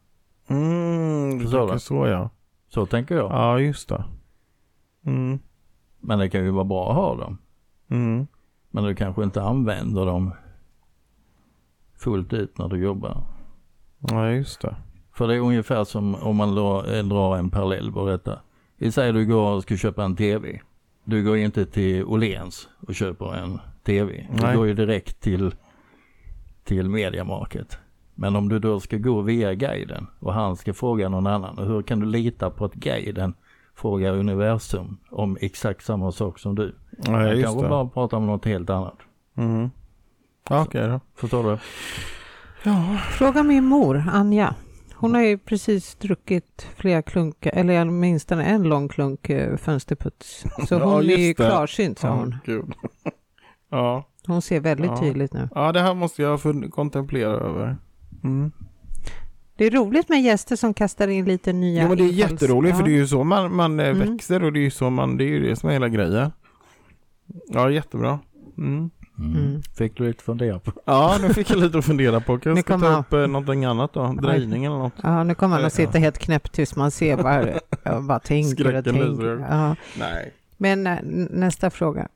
Så ja. Så tänker jag. Ja, just det. Men det kan ju vara bra att ha dem. Men du kanske inte använder dem fullt ut när du jobbar. Ja, just det. För det är ungefär som om man drar en parallell på detta. Vi säger du går och ska köpa en tv. Du går inte till Åhléns och köper en tv. Du går ju direkt till Mediamarket. Men om du då ska gå via guiden och han ska fråga någon annan, och hur kan du lita på att guiden frågar universum om exakt samma sak som du? Jag kanske bara prata om något helt annat. Okej då. Förstår du? Ja. Fråga min mor, Anja. Hon har ju precis druckit flera klunkar, eller minst en lång klunk fönsterputs. Så hon är ju klarsynt, sa hon. Gud. Ja. Hon ser väldigt tydligt nu. Ja, det här måste jag kontemplera över. Det är roligt med gäster som kastar in lite nya... Ja, men det är jätteroligt, för det är ju så man växer och det är ju så det är ju det som är hela grejen. Ja, jättebra. Fick du lite fundera på? Ja, nu fick jag lite att fundera på. Kan jag ta upp någonting annat då? Drejning eller något? Ja, nu kommer man att sitta helt knäpptyst. Man ser bara tänker och tänker. Ja. Nej. Men nästa fråga.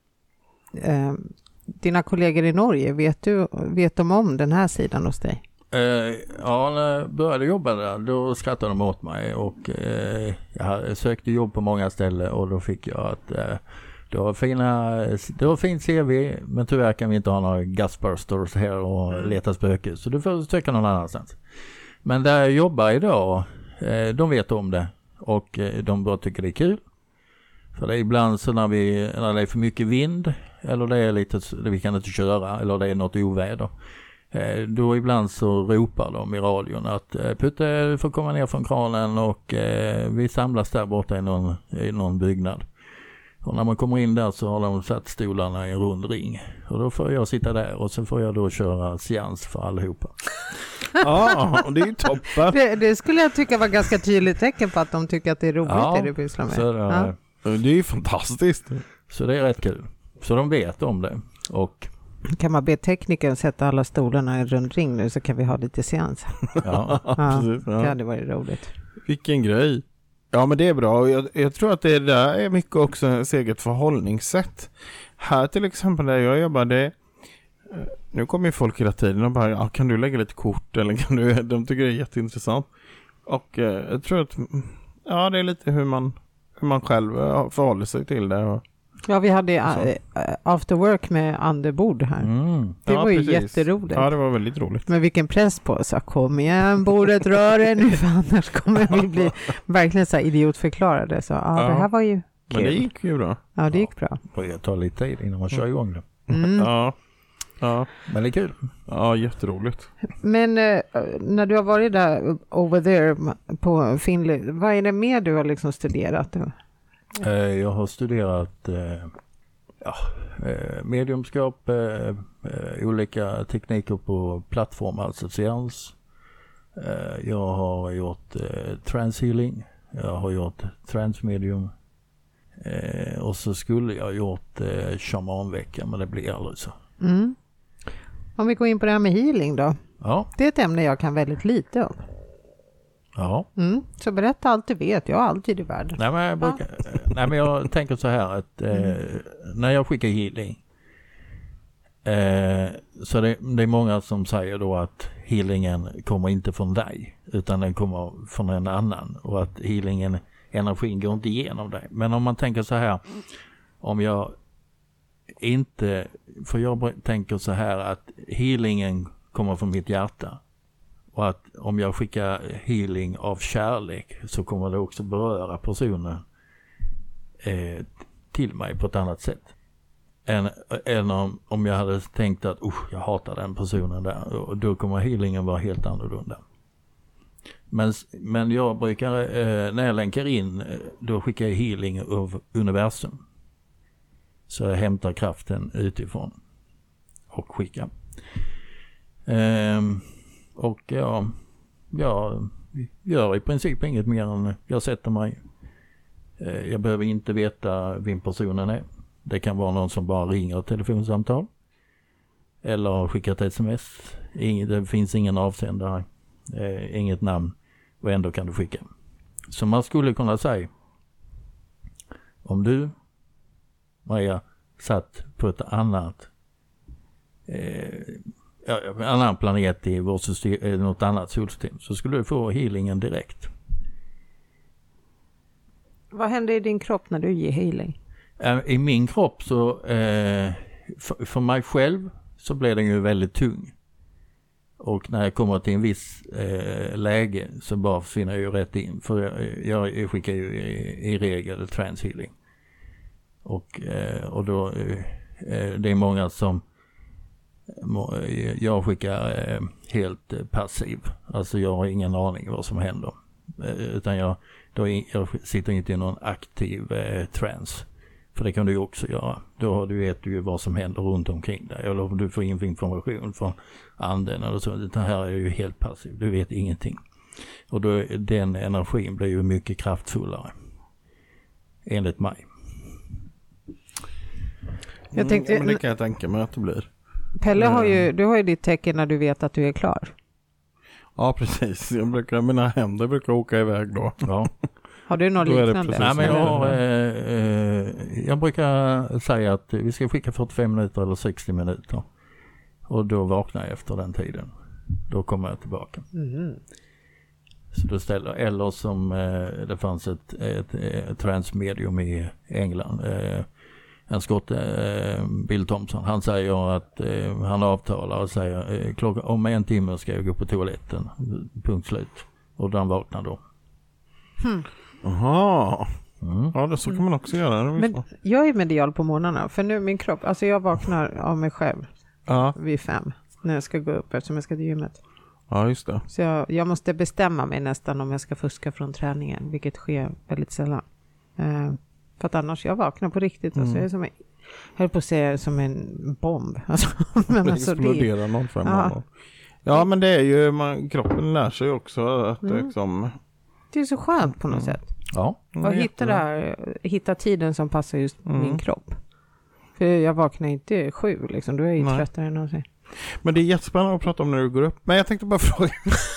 Dina kollegor i Norge, vet de om den här sidan hos dig? Ja, när jag började jobba där, då skrattade de åt mig och jag sökte jobb på många ställen och då fick jag att det var fin CV, men tyvärr kan vi inte ha några gasbursters här och leta spöken, så du får söka någon annanstans. Men där jag jobbar idag, de vet om det och de bara tycker det är kul. För det är ibland så när det är för mycket vind eller det är lite, vi kan inte köra eller det är något oväder. Då ibland så ropar de i radion att Putte, du får komma ner från kranen och vi samlas där borta i någon byggnad. Och när man kommer in där så har de satt stolarna i en rund ring. Och då får jag sitta där och så får jag då köra seans för allihopa. Ja, och det är ju toppen. Det skulle jag tycka var ganska tydligt tecken på att de tycker att det är roligt det du pysslar med. Så det är ju fantastiskt. Så det är rätt kul. Så de vet om det. Och kan man be teknikern sätta alla stolarna i en rund ring nu så kan vi ha lite seans. ja, precis. Ja. Det hade varit roligt. Vilken grej. Ja, men det är bra. Jag tror att det där är mycket också ens eget förhållningssätt. Här till exempel där jag jobbar, nu kommer ju folk hela tiden och bara, kan du lägga lite kort eller kan du, de tycker det är jätteintressant. Och jag tror att det är lite hur man själv förhåller sig till det. Ja, vi hade after work med andebord här. Det var ju jätteroligt. Ja, det var väldigt roligt. Men vilken press på oss. Kom igen, bordet rör er nu för annars kommer vi bli verkligen så här idiotförklarade. Så det här var ju kul. Men det gick ju bra. Ja, det gick bra. Det tar lite tid innan man kör igång det. Ja. Men det är kul. Ja, jätteroligt. Men när du har varit där over there på Finland, vad är det mer du har liksom studerat? Jag har studerat mediumskap, olika tekniker på plattform, alltså seans. Jag har gjort transhealing, jag har gjort transmedium och så skulle jag gjort shamanvecka, men det blir aldrig så. Om vi går in på det här med healing då. Ja. Det är ett ämne jag kan väldigt lite om. Ja. Så berätta allt du vet. Jag har alltid i världen. Nej, men jag tänker så här att när jag skickar healing så det är många som säger då att healingen kommer inte från dig utan den kommer från en annan och att energin går inte igenom dig. Men om man tänker så här, om jag inte, för jag tänker så här att healingen kommer från mitt hjärta. Och att om jag skickar healing av kärlek så kommer det också beröra personen till mig på ett annat sätt. Än om jag hade tänkt att jag hatar den personen där. Och då kommer healingen vara helt annorlunda. Men jag brukar, när jag länkar in, då skickar jag healing av universum. Så jag hämtar kraften utifrån och skickar. Och jag gör i princip inget mer än jag sätter mig. Jag behöver inte veta vem personen är. Det kan vara någon som bara ringer ett telefonsamtal. Eller skickar ett sms. Det finns ingen avsändare. Inget namn. Och ändå kan du skicka. Så man skulle kunna säga. Om du, Maria, satt på ett annat en annan planet i vårt system, något annat solsystem, så skulle du få healingen direkt. Vad händer i din kropp när du ger healing? I min kropp så för mig själv så blir den ju väldigt tung. Och när jag kommer till en viss läge så bara försvinner jag ju rätt in. För jag skickar ju i regel transhealing. Och då det är många som jag skickar helt passiv. Alltså jag har ingen aning vad som händer. Utan jag sitter inte i någon aktiv trans. För det kan du ju också göra. Då vet du ju vad som händer runt omkring dig. Eller om du får information från anden eller så. Det här är ju helt passiv. Du vet ingenting. Och då den energin blir ju mycket kraftfullare. Enligt mig. Jag tänkte, men det kan jag tänka mig att det blir. Pelle, du har ju ditt tecken när du vet att du är klar. Ja, precis. Mina händer brukar åka iväg då. Ja. Har du något liknande? Nej, men jag brukar säga att vi ska skicka 45 minuter eller 60 minuter. Och då vaknar jag efter den tiden. Då kommer jag tillbaka. Så då ställer, eller som det fanns ett transmedium i England. En skott, Bill Thompson, han säger att han avtalar och säger om 1 timme ska jag gå på toaletten, punkt slut. Och den vaknar då. Aha. Ja, det så kan man också göra. Men jag är medial på morgnarna, för nu min kropp, alltså jag vaknar av mig själv vid 5 när jag ska gå upp eftersom jag ska till gymmet. Ja, just det. Så jag måste bestämma mig nästan om jag ska fuska från träningen, vilket sker väldigt sällan. För att annars jag vaknar på riktigt. Alltså, jag är som höll på att säga som en bomb. Alltså, men Det alltså, exploderar någon 5 månader. Ja, men det är ju, kroppen lär sig också att liksom... Det är så skönt på något sätt. Ja. Och hitta tiden som passar just min kropp. För jag vaknar inte 7 liksom. Då är jag ju tröttare än någonsin. Men det är jättespännande att prata om när du går upp. Men jag tänkte bara fråga.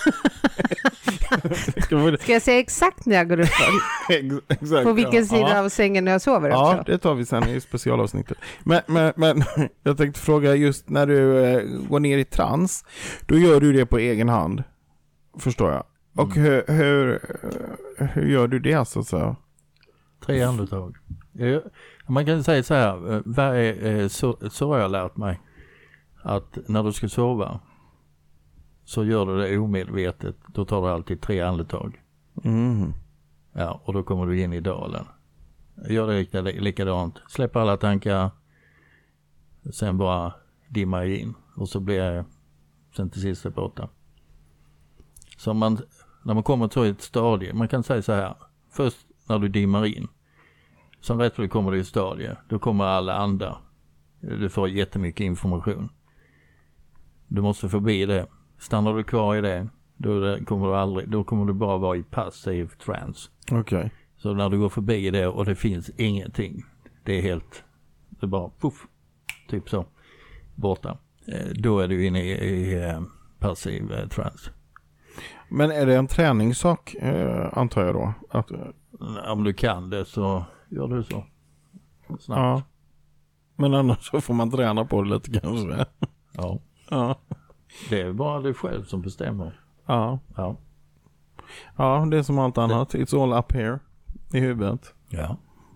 Ska jag säga exakt när jag går upp? Exakt, på vilken sida av sängen när jag sover också? Ja, det tar vi sen i specialavsnittet. Men jag tänkte fråga just när du går ner i trans. Då gör du det på egen hand. Förstår jag. Och hur gör du det så att säga? 3 andetag. Man kan säga så här, så har jag lärt mig att när du ska sova så gör du det omedvetet. Då tar du alltid 3 andetag. Ja, och då kommer du in i dalen. Gör det likadant. Släpp alla tankar. Sen bara dimma in. Och så blir jag sen till sist borta. Så när man kommer till ett stadie, man kan säga så här. Först när du dimmar in. Som rätt för det kommer du i ett stadie. Då kommer alla andra. Du får jättemycket information. Du måste förbi det. Stannar du kvar i det, då kommer du bara vara i passiv trance. Okej. Så när du går förbi det och det finns ingenting. Det är bara puff. Typ så. Borta. Då är du inne i passiv trance. Men är det en träningssak antar jag då? Om du kan det så gör du så. Snabbt. Ja. Men annars så får man träna på det lite kanske. Ja. Ja. Det är bara du själv som bestämmer. Ja. Ja. Ja, det är som allt annat. It's all up here i huvudet. Ja.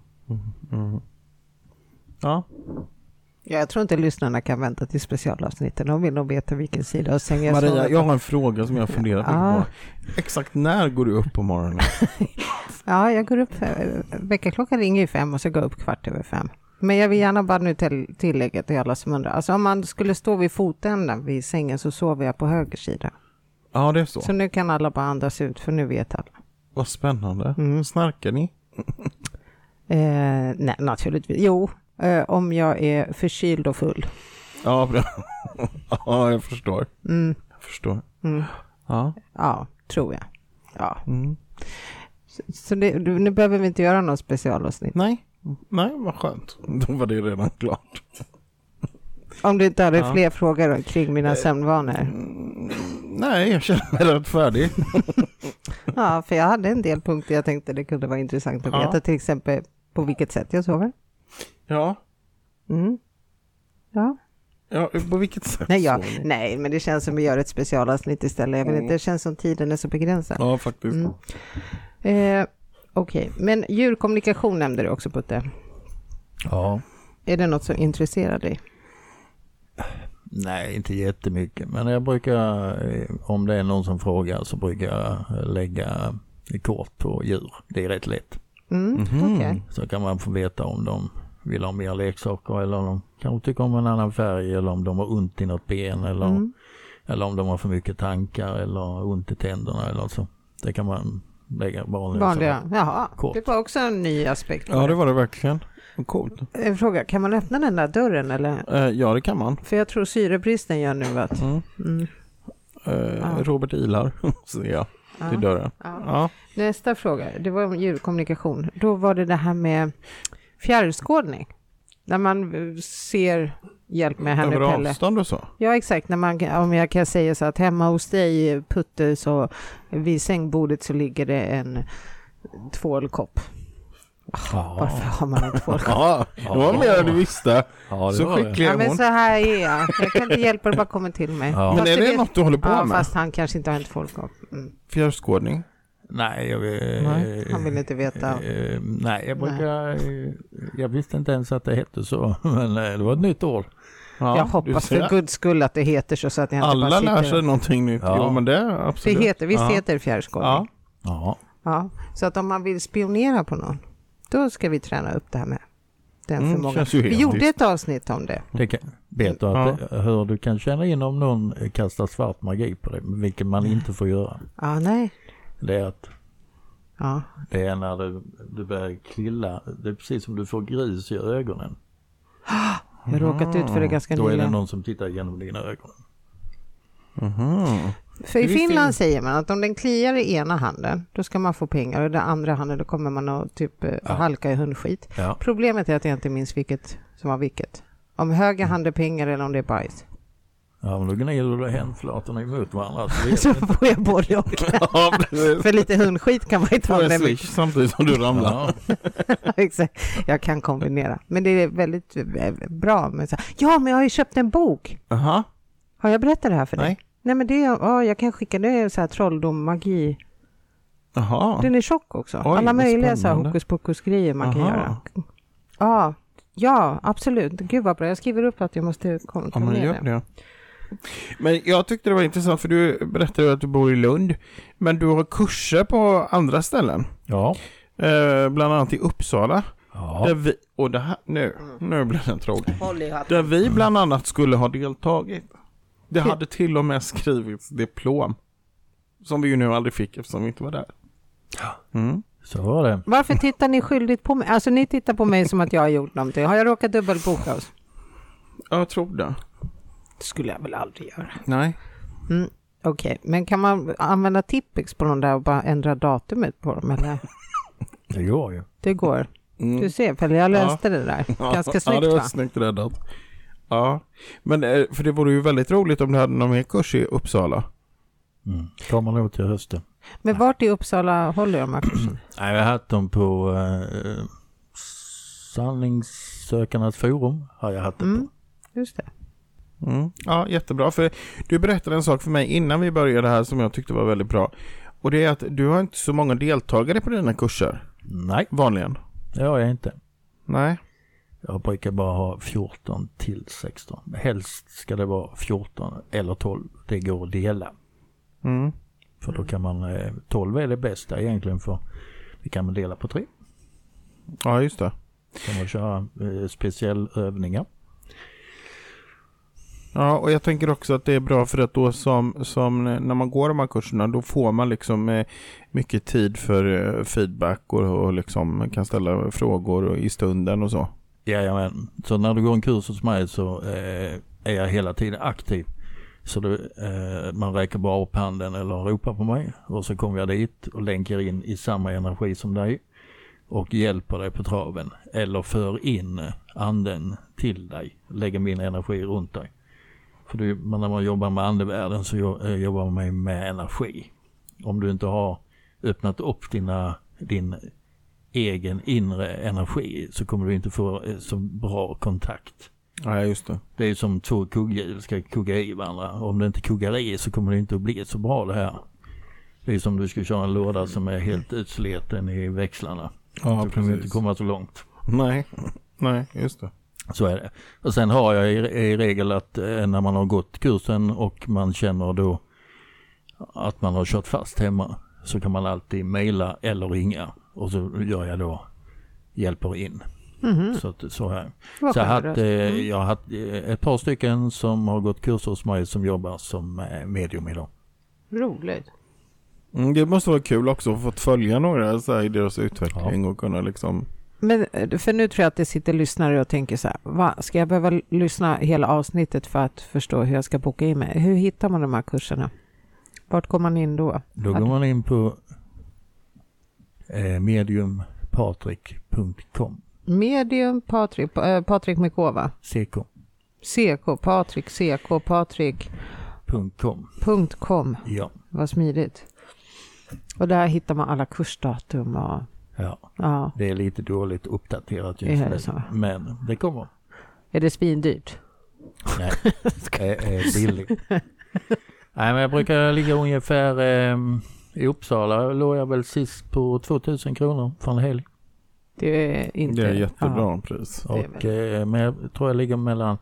Ja. Jag tror inte lyssnarna kan vänta till specialavsnitten. De vill nog veta vilken sida av sängen jag Maria, sover. jag har en fråga som jag funderar på. Exakt när går du upp på morgonen? Ja, jag går upp. Väckarklockan ringer ju 5 och så går jag upp 5:15. Men jag vill gärna bara nu tillägga till alla som undrar. Alltså om man skulle stå vid fotändan vid sängen så sover jag på höger sida. Ja, det är så. Så nu kan alla bara andas ut för nu vet alla. Vad spännande. Snarkar ni? Nej, naturligtvis. Jo, om jag är förkyld och full. Ja, ja jag förstår. Jag förstår. Ja, tror jag. Ja. Så nu behöver vi inte göra någon specialavsnitt. Nej, vad skönt. Då var det redan klart. Om du inte hade fler frågor kring mina sömnvanor. Nej, jag känner mig rätt färdig. Ja, för jag hade en del punkter jag tänkte det kunde vara intressant att veta. Till exempel på vilket sätt jag sover. Ja. Ja. Ja, på vilket sätt? Nej, men det känns som att vi gör ett specialavsnitt istället. Jag vet inte, det känns som tiden är så begränsad. Ja, faktiskt. Okej, men djurkommunikation nämnde du också, Putte. Ja. Är det något som intresserar dig? Nej, inte jättemycket. Men jag brukar, om det är någon som frågar så brukar jag lägga kort på djur. Det är rätt lätt. Okay. Så kan man få veta om de vill ha mer leksaker eller om de kanske tycker om en annan färg eller om de har ont i något ben eller om de har för mycket tankar eller ont i tänderna eller så. Det kan man lägga vanliga. Jaha, kort. Det var också en ny aspekt. Ja, det var det verkligen. Coolt. En fråga, kan man öppna den där dörren eller? Ja, det kan man. För jag tror syrebristen gör nu att... Robert ilar, ser jag, till dörren. Ja. Nästa fråga, det var om djurkommunikation. Då var det här med fjärrskådning. När man ser hjälp med henne Över Pelle. avstånd och så? Ja, exakt. Om jag kan säga så att hemma hos dig, Putte, så vid sängbordet så ligger det en tvålkopp. Varför har man en tvålkopp? Ja, det var mer än du visste. Ja, så skicklig är hon. Men så här är jag. Jag kan inte hjälpa dig, bara komma till mig. Ja. Men är det något du håller på med? Fast han kanske inte har en tvålkopp. Fjärrskådning? Nej, han vill inte veta. Nej, jag visste inte ens att det hette så. Men det var ett nytt år. Ja, jag hoppas för guds skull att det heter så att jag inte alla bara lär sig någonting nytt. Ja. Jo, men det absolut. Visst heter det fjärrskådning. Ja. Så att om man vill spionera på någon, då ska vi träna upp det här med den förmågan. Vi gjorde ett avsnitt om det. Vet du hur du kan känna in om någon kastar svart magi på dig, vilket man inte får göra? Ja, nej. Det är att Ja. Det är när du börjar kvilla. Det är precis som du får grus i ögonen. Jag har råkat ut för det ganska Då är det nyligen. någon som tittar genom dina ögon. För i Finland säger man att om den kliar i ena handen, då ska man få pengar, och i den andra handen då kommer man att typ halka i hundskit. Ja. Problemet är att jag inte minns vilket som var vilket. Om höger hand är pengar eller om det är bajs. Ja, men då gnider du händflatorna emot varandra. Så får jag både och. Ja, precis. För lite hundskit kan man inte Får ha en det swish samtidigt som du ramlar. Ja. Exakt. Jag kan kombinera. Men det är väldigt bra. Men så, ja, men jag har ju köpt en bok. Aha. Har jag berättat det här för dig? Nej. Nej, men det är, jag kan skicka det, så här trolldom, magi. Aha. Den är tjock också. Oj, alla vad möjliga så här spännande. hokus pokus grejer man kan Aha. göra. Ja, absolut. Gud vad bra. Jag skriver upp att jag måste komma Ja, men med gör det. Men jag tyckte det var intressant, för du berättade att du bor i Lund, men du har kurser på andra ställen. Ja. Bland annat i Uppsala. Ja. Där vi, och det här, nu blir den tråkig. Där vi bland annat skulle ha deltagit. Det hade till och med skrivits diplom. Som vi ju nu aldrig fick eftersom vi inte var där. Mm. Så var det. Varför tittar ni skyldigt på mig? Alltså ni tittar på mig som att jag har gjort någonting. Har jag råkat dubbelboka oss? Jag tror det. Det skulle jag väl aldrig göra. Nej. Okej, men kan man använda Tippex på de där och bara ändra datumet på dem? Eller? Det går ju. Det går. Mm. Du ser, för jag löste det där. Ganska Ja, snyggt, det var va? snyggt räddat. Ja, men för det vore ju väldigt roligt om du hade någon mer kurs i Uppsala. Kommer nog till hösten. Men vart i Uppsala håller de här kursen? Nej, jag har haft dem på Sanningssökarnas forum. Har jag haft det på. Just det. Ja, jättebra. För du berättade en sak för mig innan vi började här som jag tyckte var väldigt bra. Och det är att du har inte så många deltagare på dina kurser. Nej, Vanligen. det har jag inte. Nej. Jag brukar bara ha 14 till 16. Helst ska det vara 14 eller 12. Det går att dela. För då kan man, 12 är det bästa egentligen, för det kan man dela på 3. Ja, just det. Kan man köra speciella övningar. Ja, och jag tänker också att det är bra för att då som när man går de här kurserna, då får man liksom mycket tid för feedback och liksom kan ställa frågor i stunden och så. Jajamän. Så när du går en kurs hos mig så är jag hela tiden aktiv. Så man räcker bara upp handen eller ropar på mig, och så kommer jag dit och länkar in i samma energi som dig och hjälper dig på traven. Eller för in anden till dig, lägger min energi runt dig. För när man jobbar med andevärlden så jobbar man med energi. Om du inte har öppnat upp din egen inre energi så kommer du inte få så bra kontakt. Ja, just det. Det är som 2 kugghjul ska kugga i varandra. Om det inte kuggar i så kommer det inte att bli så bra det här. Det är som du ska köra en låda som är helt utsleten i växlarna. Ja, så kommer du inte komma så långt. Nej, just det. Så är det. Och sen har jag i regel att när man har gått kursen och man känner då att man har kört fast hemma, så kan man alltid mejla eller ringa. Och så gör jag då hjälper in. Så här. Så jag har haft ett par stycken som har gått kurser hos mig som jobbar som medium idag. Roligt. Det måste vara kul också att få följa några så här i deras utveckling och kunna liksom... Men för nu tror jag att det sitter lyssnare och tänker så här, ska jag behöva lyssna hela avsnittet för att förstå hur jag ska boka in mig? Hur hittar man de här kurserna? Vart går man in då? Då går man in på mediumpatrik.com. Medium Patrik med K, va? CK. Patrik.com. Ja. Vad smidigt. Och där hittar man alla kursdatum och... Ja. Det är lite dåligt uppdaterat just nu. Men det kommer. Är det svindyrt? Nej, det är billigt. Nej, men jag brukar ligga ungefär i Uppsala låg jag väl sist på 2000 kronor för en helg. Det är inte... Det är jättebra pris. Och, men jag tror jag ligger mellan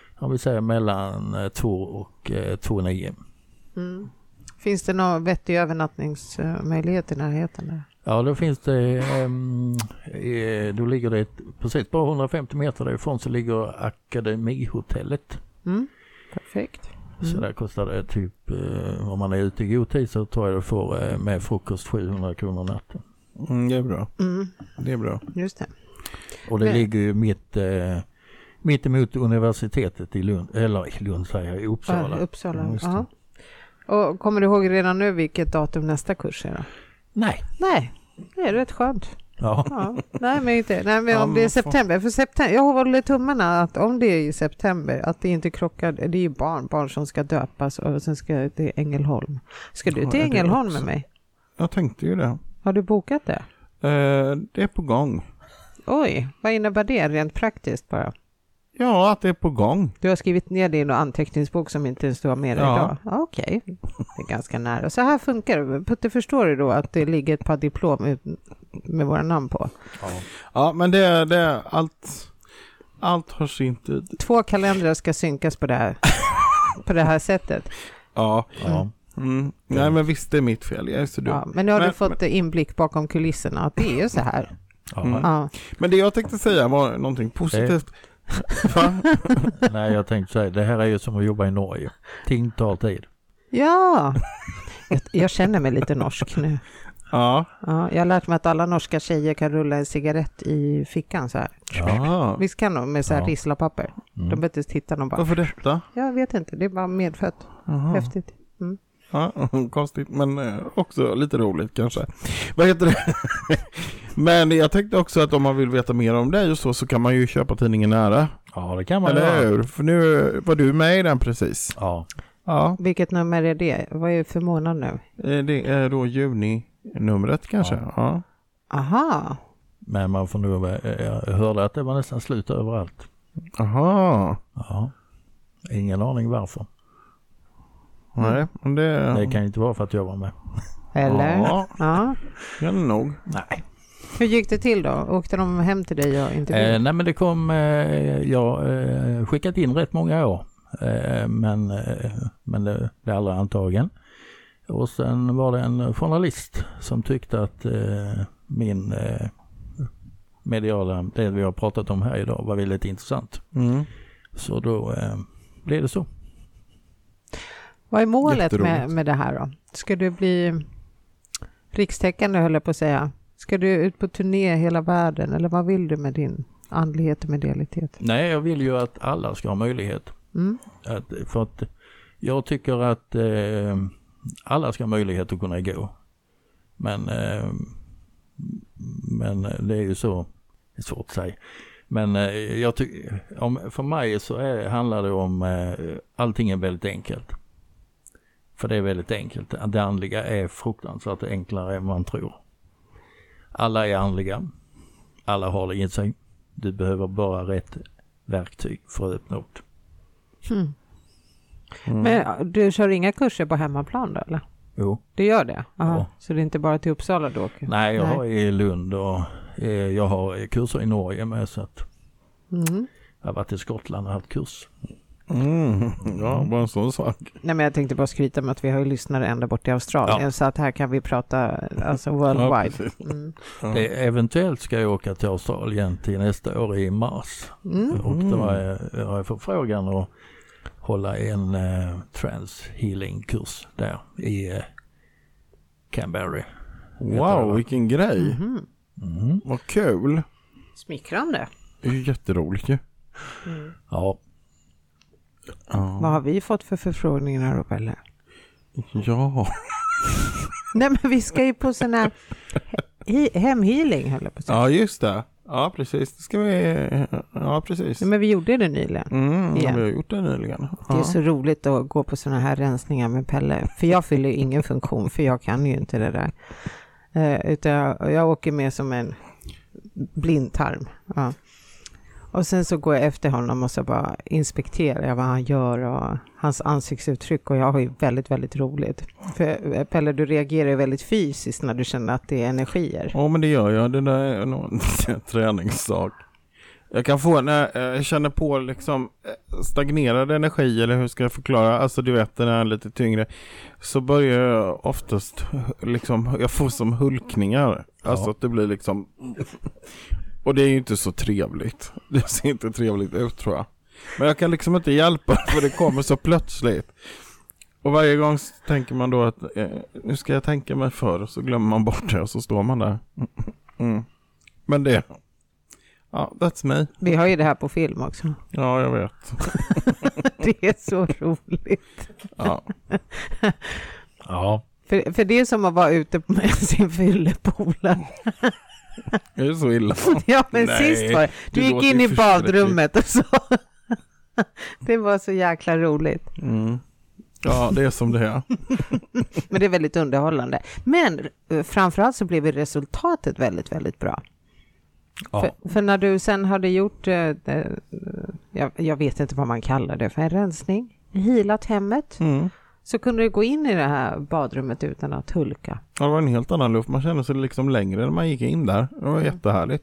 2 och 2,9. Finns det någon vettig övernattningsmöjlighet i närheten där? Ja, då finns det, då ligger det precis bara 150 meter därifrån så ligger Akademihotellet. Perfekt. Så där kostar det typ, om man är ute i god tid så tror jag det får med frukost 700 kronor natten. Det är bra. Det är bra. Just det. Och det ligger ju mitt emot universitetet i Lund, eller i Lund säger jag, i Uppsala. Uppsala, ja. Och kommer du ihåg redan nu vilket datum nästa kurs är då? Nej, det är rätt skönt. Ja. Nej, men om det är september. För september, jag håller tummarna att om det är i september, att det inte krockar. Det är ju barn som ska döpas och sen ska det till Ängelholm. Ska du till Ängelholm med mig? Jag tänkte ju det. Har du bokat det? Det är på gång. Oj, vad innebär det rent praktiskt bara? Ja, att det är på gång. Du har skrivit ner det i en anteckningsbok som inte står med idag. Okej. Det är ganska nära. Så här funkar det. Putte, förstår du då att det ligger ett par diplom med våra namn på? Ja, men det är allt har sin tid. 2 kalendrar ska synkas på det här sättet. Ja. Nej, men visst, det är mitt fel. Jag är så dum. Ja, men nu har du fått inblick bakom kulisserna att det är ju så här. Ja. Men det jag tänkte säga var någonting positivt. Nej, jag tänkte säga, det här är ju som att jobba i Norge. Ting tar tid. Ja, jag känner mig lite norsk nu. Ja. Jag har lärt mig att alla norska tjejer kan rulla en cigarett i fickan så här. Ja. Visst kan de med så här risslapapper. De behöver inte titta någon bara. Varför detta? Jag vet inte, det är bara medfött. Häftigt. Ja, konstigt, men också lite roligt kanske. Vad heter det? Men jag tänkte också att om man vill veta mer om det så kan man ju köpa tidningen Nära. Ja, det kan man Eller göra. hur? För nu var du med i den precis. Ja. Vilket nummer är det? Vad är det för månad nu? Det är då juni-numret kanske. Ja. Aha. Men man får nog, jag hörde att det var nästan slut överallt. Aha. Ja. Ingen aning varför. Nej, men det kan inte vara för att jag var med. Eller? Ja. Kan nog. Nej. Hur gick det till då? Åkte de hem till dig och intervjuade? Nej, men det kom, jag skickat in rätt många år. Men det är aldrig antagen. Och sen var det en journalist som tyckte att min mediala, det vi har pratat om här idag, var väldigt intressant. Så då blev det så. Vad är målet med det här då? Ska du bli rikstäckande, höll jag på att säga? Ska du ut på turné hela världen? Eller vad vill du med din andlighet och medialitet? Nej, jag vill ju att alla ska ha möjlighet. För att jag tycker att alla ska ha möjlighet att kunna gå. Men det är ju så, det är svårt att säga. Men jag tycker, för mig så handlar det om allting är väldigt enkelt. För det är väldigt enkelt. Det andliga är fruktansvärt enklare än man tror. Alla är andliga. Alla har det i sig. Du behöver bara rätt verktyg för att öppna upp. Men du kör inga kurser på hemmaplan då, eller? Jo. Det gör det? Ja. Så det är inte bara till Uppsala då? Nej, jag har i Lund och jag har kurser i Norge med, så att jag har varit i Skottland och haft kurs. Ja, bara en sån sak. Nej, men jag tänkte bara skryta med att vi har ju lyssnare ända bort i Australien, så att här kan vi prata alltså worldwide. Eventuellt ska jag åka till Australien till nästa år i mars. Och då har jag förfrågan att hålla en trans-healing-kurs där i Canberra. Wow, vilken grej. Vad kul. Smickrande. Det är ju jätteroligt ju. Ja. Vad har vi fått för förfrågningar här uppe, eller? Ja. Nej, men vi ska ju på sån här hemhealing, höll jag på att säga. Ja, just det. Ja, precis. Det ska vi... Ja, precis. Nej, men vi gjorde det nyligen. Ja, vi har gjort det nyligen. Det är så roligt att gå på såna här rensningar med Pelle. För jag fyller ingen funktion, för jag kan ju inte det där. Utan jag åker med som en blindtarm. Ja. Och sen så går jag efter honom och så bara inspekterar vad han gör och hans ansiktsuttryck, och jag har ju väldigt, väldigt roligt. För Pelle, du reagerar ju väldigt fysiskt när du känner att det är energier. Ja, men det gör jag. Det där är någon träningssak. Jag kan få, när jag känner på liksom stagnerad energi, eller hur ska jag förklara? Alltså du vet, den är lite tyngre. Så börjar jag oftast liksom, jag får som hulkningar. Alltså att det blir liksom... Och det är ju inte så trevligt. Det ser inte trevligt ut, tror jag. Men jag kan liksom inte hjälpa, för det kommer så plötsligt. Och varje gång tänker man då att nu ska jag tänka mig för, och så glömmer man bort det och så står man där. Men det, ja, that's me. Vi har ju det här på film också. Ja, jag vet. Det är så roligt. Ja. Ja. För det är som att vara ute med sin fyllepolare. Det är så illa. Ja, men Nej, sist var det. Du gick in i badrummet och så. Det var så jäkla roligt. Ja, det är som det är. Men det är väldigt underhållande. Men framförallt så blev resultatet väldigt, väldigt bra. Ja. För när du sen hade gjort, jag vet inte vad man kallar det, för en rensning, healat hemmet, så kunde du gå in i det här badrummet utan att hulka. Ja, det var en helt annan luft. Man kände sig liksom längre när man gick in där. Det var jättehärligt.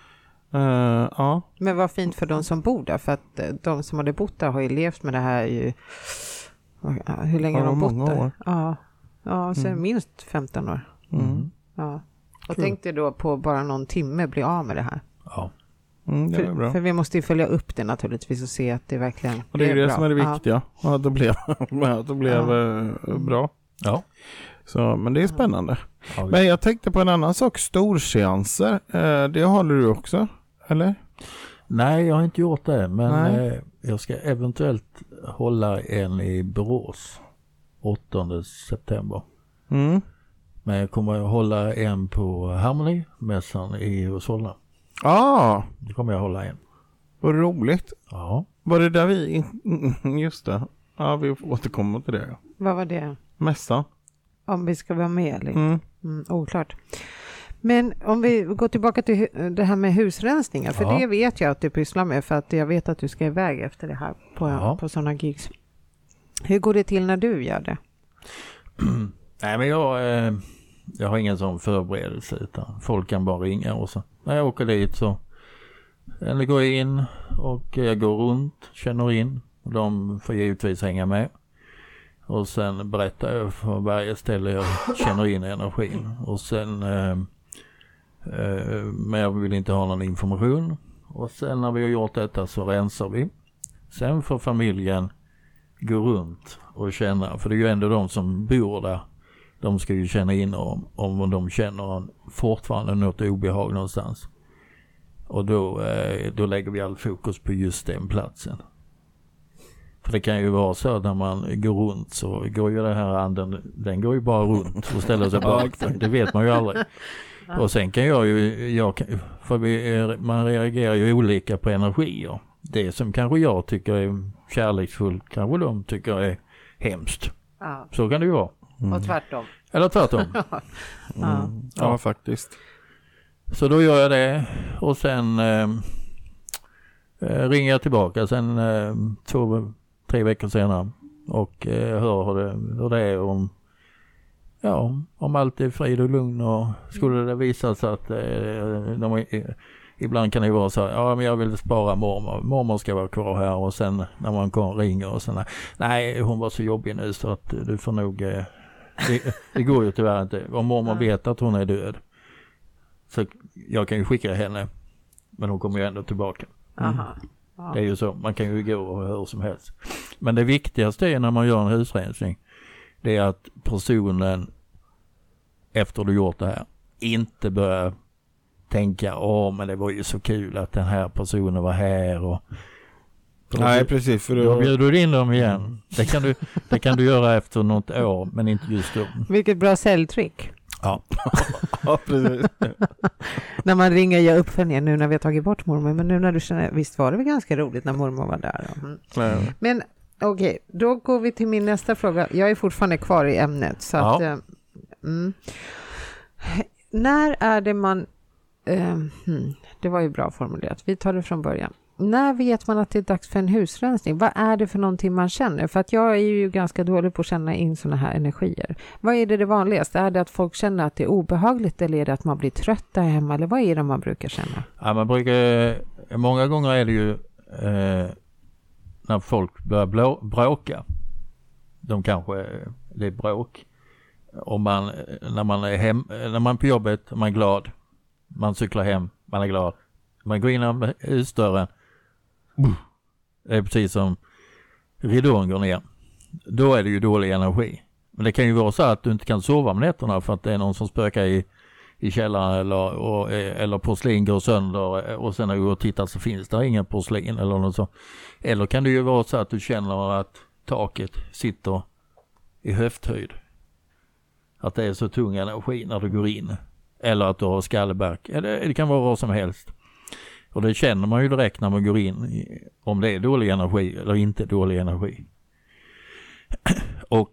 Ja. Men vad fint för de som bor där, för att de som hade bott där har ju levt med det här ju, hur länge har de bott många där? år. Ja, så minst 15 år. Ja. Och tänkte då på bara någon timme bli av med det här. Ja. Det är bra. För vi måste ju följa upp det naturligtvis och se att det verkligen Och det är det bra. som är det viktiga. Ja. Att det blev bra. Ja. Så, men det är spännande. Ja, Men jag tänkte på en annan sak. Storseanser. Det håller du också? Eller? Nej, jag har inte gjort det. Men jag ska eventuellt hålla en i Borås 8 september. Men jag kommer att hålla en på Harmony-mässan i Solna. Det kommer jag hålla en. Vad roligt. Ja. Var det där vi... Just det. Ja, vi återkommer till det. Vad var det? Mässa. Om vi ska vara med eller? Oklart. Men om vi går tillbaka till det här med husrensningar. För det vet jag att du pysslar med. För att jag vet att du ska iväg efter det här på sådana gigs. Hur går det till när du gör det? Nej, men jag har ingen sån förberedelse, utan folk kan bara ringa och så. När jag åker dit så eller går jag in och jag går runt, känner in. De får givetvis hänga med. Och sen berättar jag för varje ställe jag känner in energin. Och sen, men jag vill inte ha någon information. Och sen när vi har gjort detta så rensar vi. Sen får familjen gå runt och känna, för det är ju ändå de som bor där. De ska ju känna in om de känner fortfarande något obehag någonstans. Och då lägger vi all fokus på just den platsen. För det kan ju vara så att när man går runt så går ju den här anden, den går ju bara runt och ställer sig bak. Det vet man ju aldrig. Och sen kan man reagerar ju olika på energier. Det som kanske jag tycker är kärleksfullt kanske de tycker är hemskt. Ja. Så kan det ju vara. Och tvärtom. Eller tvärtom. Ja, faktiskt. Så då gör jag det och sen ringer jag tillbaka sen 2-3 veckor senare och hör hur det är om allt är frid och lugn, och skulle det visa sig att ibland kan det vara så här, men jag vill spara mormor ska vara kvar här, och sen när man ringer och sen nej, hon var så jobbig nu så att du får nog det går ju tyvärr inte. Om mormor vet att hon är död så jag kan ju skicka henne, men hon kommer ju ändå tillbaka. Det är ju så, man kan ju gå och hur som helst. Men det viktigaste är när man gör en husrensning, det är att personen efter du gjort det här inte börjar tänka, men det var ju så kul att den här personen var här, och nej, precis, för då bjuder du in dem igen. Det kan du göra efter något år, men inte just då. Vilket bra säljtrick. Ja. Ja, precis. När man ringer, jag uppföljer nu när vi har tagit bort mormor, men nu när du känner, visst var det väl ganska roligt när mormor var där. Men okej, då går vi till min nästa fråga. Jag är fortfarande kvar i ämnet. Så att, när är det man... det var ju bra formulerat. Vi tar det från början. När vet man att det är dags för en husrensning? Vad är det för någonting man känner? För att jag är ju ganska dålig på att känna in såna här energier. Vad är det vanligaste? Är det att folk känner att det är obehagligt, eller är det att man blir trött där hemma? Eller vad är det man brukar känna? Ja, många gånger är det ju när folk börjar bråka. Det är bråk. Och när man är på jobbet, man är glad. Man cyklar hem, man är glad. Man går in i husdörren. Det är precis som ridån går ner. då är det ju dålig energi. Men det kan ju vara så att du inte kan sova om nätterna för att det är någon som spökar i källaren eller porslin går sönder och sen när du går och tittar så finns det ingen porslin eller något så. Eller kan det ju vara så att du känner att taket sitter i höfthöjd. Att det är så tung energi när du går in. Eller att du har skalleback. Eller det kan vara vad som helst. Och det känner man ju direkt när man går in om det är dålig energi eller inte dålig energi. Och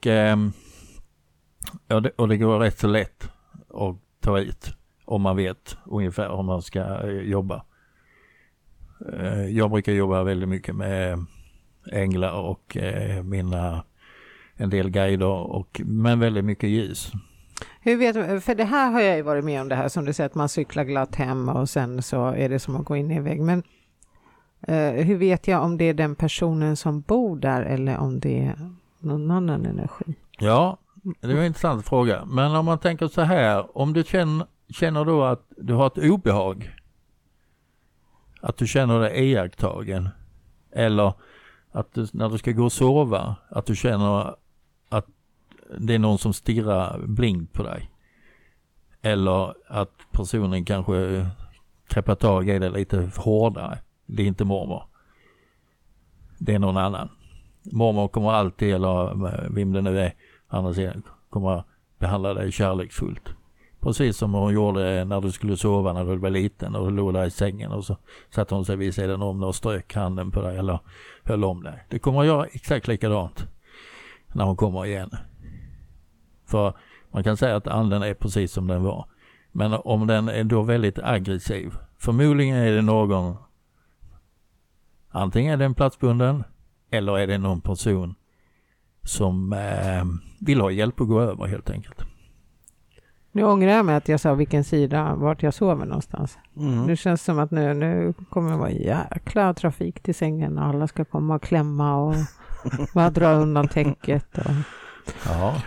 det går rätt så lätt att ta ut om man vet ungefär hur man ska jobba. Jag brukar jobba väldigt mycket med änglar och en del guider men väldigt mycket ljus. Hur vet du, för det här har jag ju varit med om det här som du säger att man cyklar glatt hem och sen så är det som att gå in i en vägg. Men hur vet jag om det är den personen som bor där eller om det är någon annan energi? Ja, det är en intressant fråga. Men om man tänker så här, om du känner då att du har ett obehag, att du känner dig iakttagen eller att du, när du ska gå och sova, att du känner att det är någon som stirrar blint på dig. Eller att personen kanske kreppar tag i det lite hårdare. Det är inte mormor. Det är någon annan. Mormor kommer alltid, eller vem det nu är, andra sidan, kommer behandla dig kärleksfullt. Precis som hon gjorde när du skulle sova när du var liten och du låg där i sängen och så satte hon sig vid sidan om och strök handen på dig eller höll om dig. Det kommer att göra exakt likadant när hon kommer igen. För man kan säga att anden är precis som den var. Men om den är då väldigt aggressiv, förmodligen är det någon, antingen är det en platsbunden eller är det någon person som vill ha hjälp att gå över helt enkelt. Nu ångrar jag mig att jag sa vilken sida, vart jag sover någonstans. Det känns som att nu kommer det vara jäkla trafik till sängen och alla ska komma och klämma och bara dra undan täcket. Och... Ja.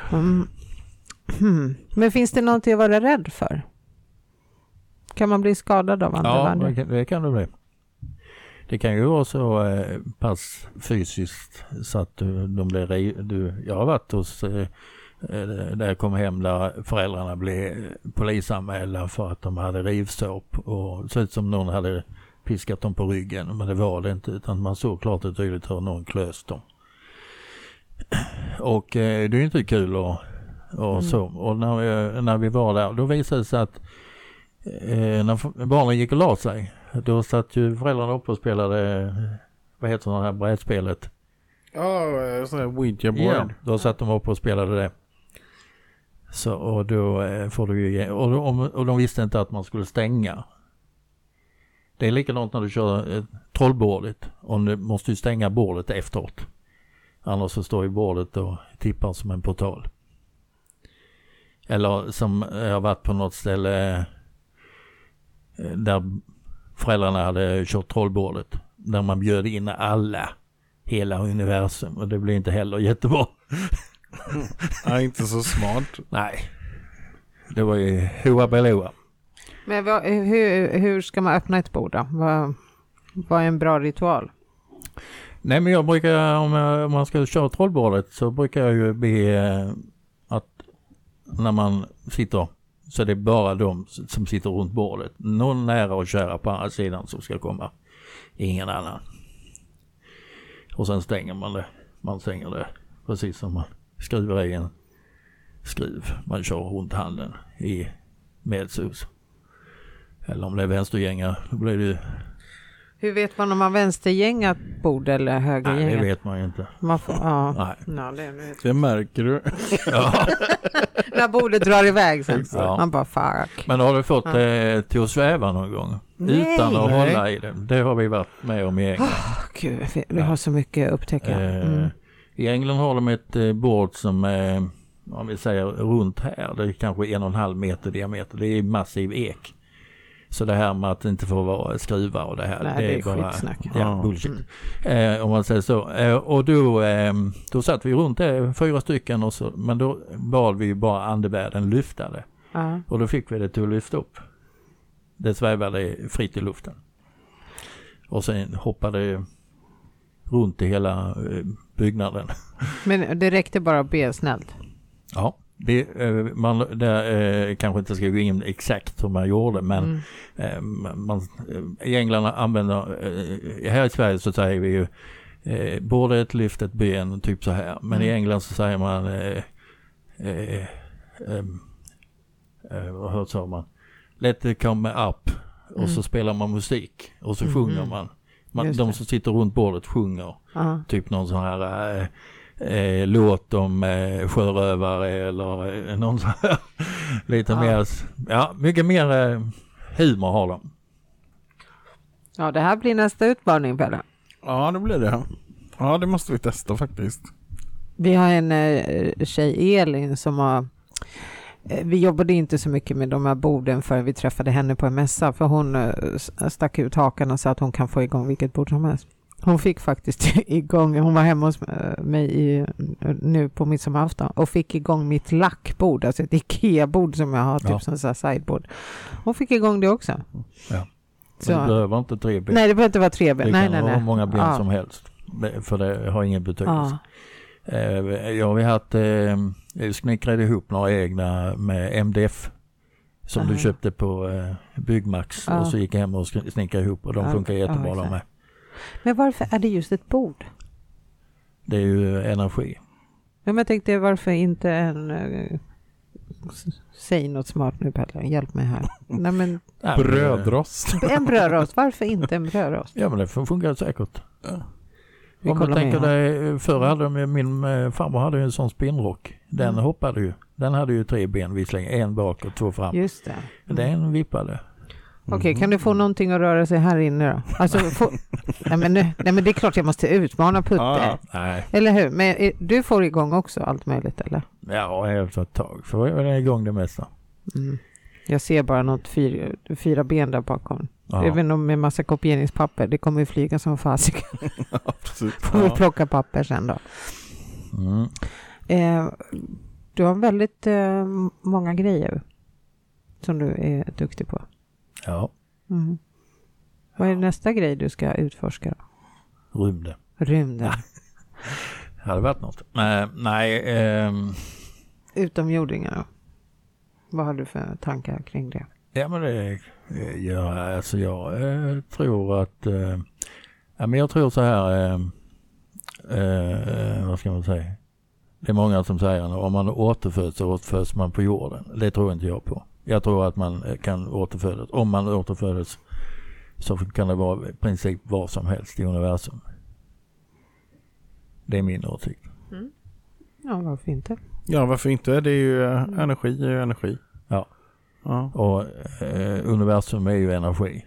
Men finns det någonting att vara rädd för? Kan man bli skadad av andra världar? Ja, det kan det bli. Det kan ju vara så pass fysiskt så att de blir jag har varit hos där jag kom hem där föräldrarna blev polisanmälda för att de hade rivsåp och så ut som någon hade piskat dem på ryggen, men det var det inte, utan man såg klart och tydligt hur någon klöst dem. Och det är ju inte kul och så. Och när vi var där, då visade det sig att när barnen gick och la sig, då satt ju föräldrarna upp och spelade, vad heter det här brädspelet? Ja, sån här Ouija board. Ja, då satt de upp och spelade det. Så, och då får du ju, och de visste inte att man skulle stänga. Det är likadant när du kör trollbordet. Och du måste ju stänga bordet efteråt. Annars så står ju bordet och tippar som en portal. Eller som jag har varit på något ställe där föräldrarna hade kört trollbordet. Där man bjöd in alla, hela universum. Och det blev inte heller jättebra. Nej, inte så smart. Nej. Det var ju hoa beloa. Men hur ska man öppna ett bord då? Vad är en bra ritual? Nej, men jag brukar, om man ska köra trollbordet så brukar jag ju be att när man sitter så är det bara de som sitter runt bordet. Någon nära och kära på andra sidan som ska komma. Ingen annan. Och sen stänger man det. Man stänger det precis som man skruvar i en skruv. Man kör runt handen i medsus. Eller om det är vänstergänga, då blir det... Hur vet man om man vänstergängat bord eller högergängat? Nej, det vet man ju inte. Man får, ja. Nej. Det märker du. Ja. När bordet drar iväg sen. Ja. Man bara fuck. Men har du fått det till att sväva någon gång? Nej. Utan att hålla i det. Det har vi varit med om i England. Gud, vi har så mycket att upptäcka. I England har de ett bord som är, om vi säger runt här, det är kanske 1,5 meter diameter. Det är massiv ek. Så det här med att det inte får vara skruva och det här. Nej, det är bara skitsnack. Ja, bullshit. Om man säger så. Och då satt vi runt det 4 stycken och så, men då bad vi bara andevärlden lyfta det. Och då fick vi det till att lyfta upp. Det svävade fritt i luften. Och sen hoppade runt i hela byggnaden. Men det räckte bara att be snällt? Ja, kanske inte ska gå in exakt hur man gjorde, men i England använder, här i Sverige så säger vi ju borde ett lyft ett ben typ så här, men i England så säger man vad sa man? Let it come up, och så spelar man musik och så sjunger man. De som sitter runt bordet sjunger typ någon sån här låt om sjörövare eller någon sån här lite mer, mycket mer humor har de. Ja, det här blir nästa utmaning, Pelle. Ja, det blir det. Ja, det måste vi testa faktiskt. Vi har en tjej, Elin, som har... Vi jobbade inte så mycket med de här borden förrän vi träffade henne på en mässa, för hon stack ut hakan och sa att hon kan få igång vilket bord som helst. Hon fick faktiskt igång, hon var hemma hos mig nu på midsommarafton och fick igång mitt lackbord, alltså ett Ikea-bord som jag har, typ som så här sideboard. Hon fick igång det också. Ja. Så. Det behöver inte 3 ben. Nej, det behöver inte vara 3 ben. Det kan vara många ben som helst, för det har ingen betydelse. Vi har haft snickrade ihop några egna med MDF som du köpte på Byggmax, och så gick jag hem och snickrade ihop, och de funkar jättebra de med. Men varför är det just ett bord? Det är ju energi. Men jag tänkte, varför inte säg något smart nu, Pelle, hjälp mig här. Nej, men... Brödrost. En brödrost, varför inte en brödrost? Ja, men det funkar säkert. Om man tänker dig, förr hade min farmor hade en sån spinnrock. Den hoppade ju. Den hade ju 3 ben visserligen, 1 bak och 2 fram. Just det. Den vippade. Okej, kan du få någonting att röra sig här inne då? Alltså, nej, men det är klart jag måste utmana Putte. Nej. Eller hur? Men du får igång också allt möjligt, eller? Ja, efter ett tag. För jag är igång det mesta. Jag ser bara något 4 ben där bakom. Även med massa kopieringspapper. Det kommer ju flyga som fasiken. Ja, precis. Får vi plocka papper sen då. Du har väldigt många grejer som du är duktig på. Ja. Vad är nästa grej du ska utforska då? Rymden. Det hade varit något. Nej. Utomjordingar då? Vad har du för tankar kring det? Ja, men jag tror att men jag tror så här, vad ska man säga? Det är många som säger att om man återföds så återföds man på jorden. Det tror inte jag på. Jag tror att man kan återfödas. Om man återföds så kan det vara i princip vad som helst i universum. Det är min åsikt. Ja, varför inte? Ja, varför inte? Det är ju energi. Ja. Och universum är ju energi.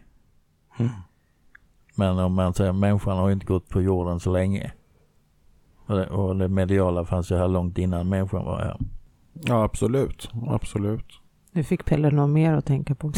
Men om man säger, människan har inte gått på jorden så länge. Och det mediala fanns ju här långt innan människan var här. Ja, absolut. Nu fick Pelle något mer att tänka på.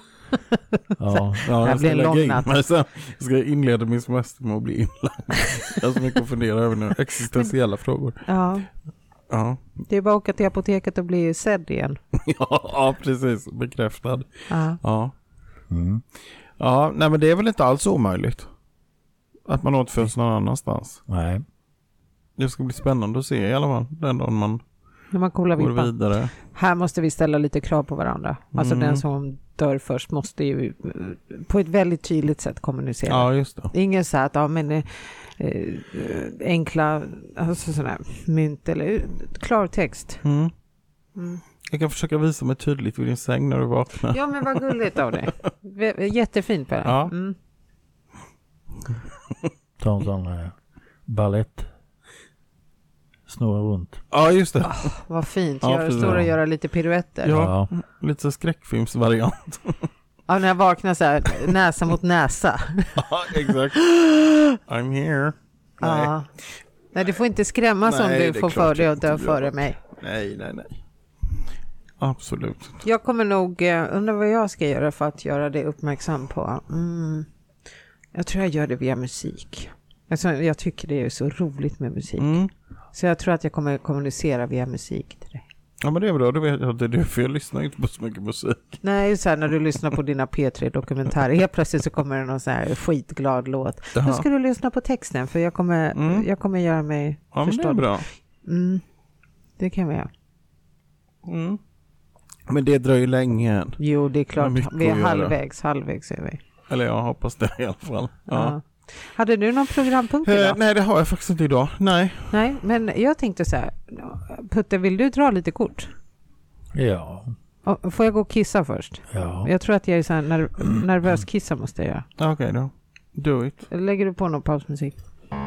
Jag ska lägga in mig sen. Jag ska inleda min semester med att bli inlagd. Jag har så mycket att fundera över nu. Existentiella frågor. Ja. Det är bara att åka till apoteket och bli sedd igen. Ja, precis. Bekräftad. Ja. Ja, nej, men det är väl inte alls omöjligt att man återförs någon annanstans. Nej. Det ska bli spännande att se i alla fall den dagen man går vidare. Här måste vi ställa lite krav på varandra. Alltså den som dör först måste ju på ett väldigt tydligt sätt kommunicera. Ja, just det. Ingen så att enkla alltså sådana mynt eller klartext. Jag kan försöka visa mig tydligt vid din säng när du vaknar. Ja, men vad gulligt av dig. Jättefint på det. Ja. Ta en sån ballett. Snurra runt. Ja, just det. Vad fint. Jag står och gör lite piruetter. Ja, lite så skräckfilmsvariant. Ja, när jag vaknar så här, näsa mot näsa. Ja, exakt. I'm here. Nej. Nej, du får inte skrämmas om du får för dig att dö före mig. Nej. Absolut. Jag kommer nog undra vad jag ska göra för att göra det uppmärksam på. Jag tror jag gör det via musik. Alltså, jag tycker det är så roligt med musik. Så jag tror att jag kommer kommunicera via musik till dig. Ja, men det är bra. Då vet jag att det är du, för jag lyssnar inte på så mycket musik. Nej, så här, när du lyssnar på dina P3-dokumentärer, helt plötsligt så kommer det någon så här skitglad låt. Nu ska du lyssna på texten, för jag kommer göra mig förstådd. Men det är bra. Det kan vi göra. Men det dröjer länge. Jo, det är klart. Vi är halvvägs är vi. Eller jag hoppas det i alla fall. Ja. Hade du någon programpunkt idag? Nej, det har jag faktiskt inte idag. Nej, men jag tänkte så här. Putte, vill du dra lite kort? Ja. Får jag gå och kissa först? Ja. Jag tror att jag är så här nervös kissa måste jag göra. Okej då. Do it. Lägger du på någon pausmusik?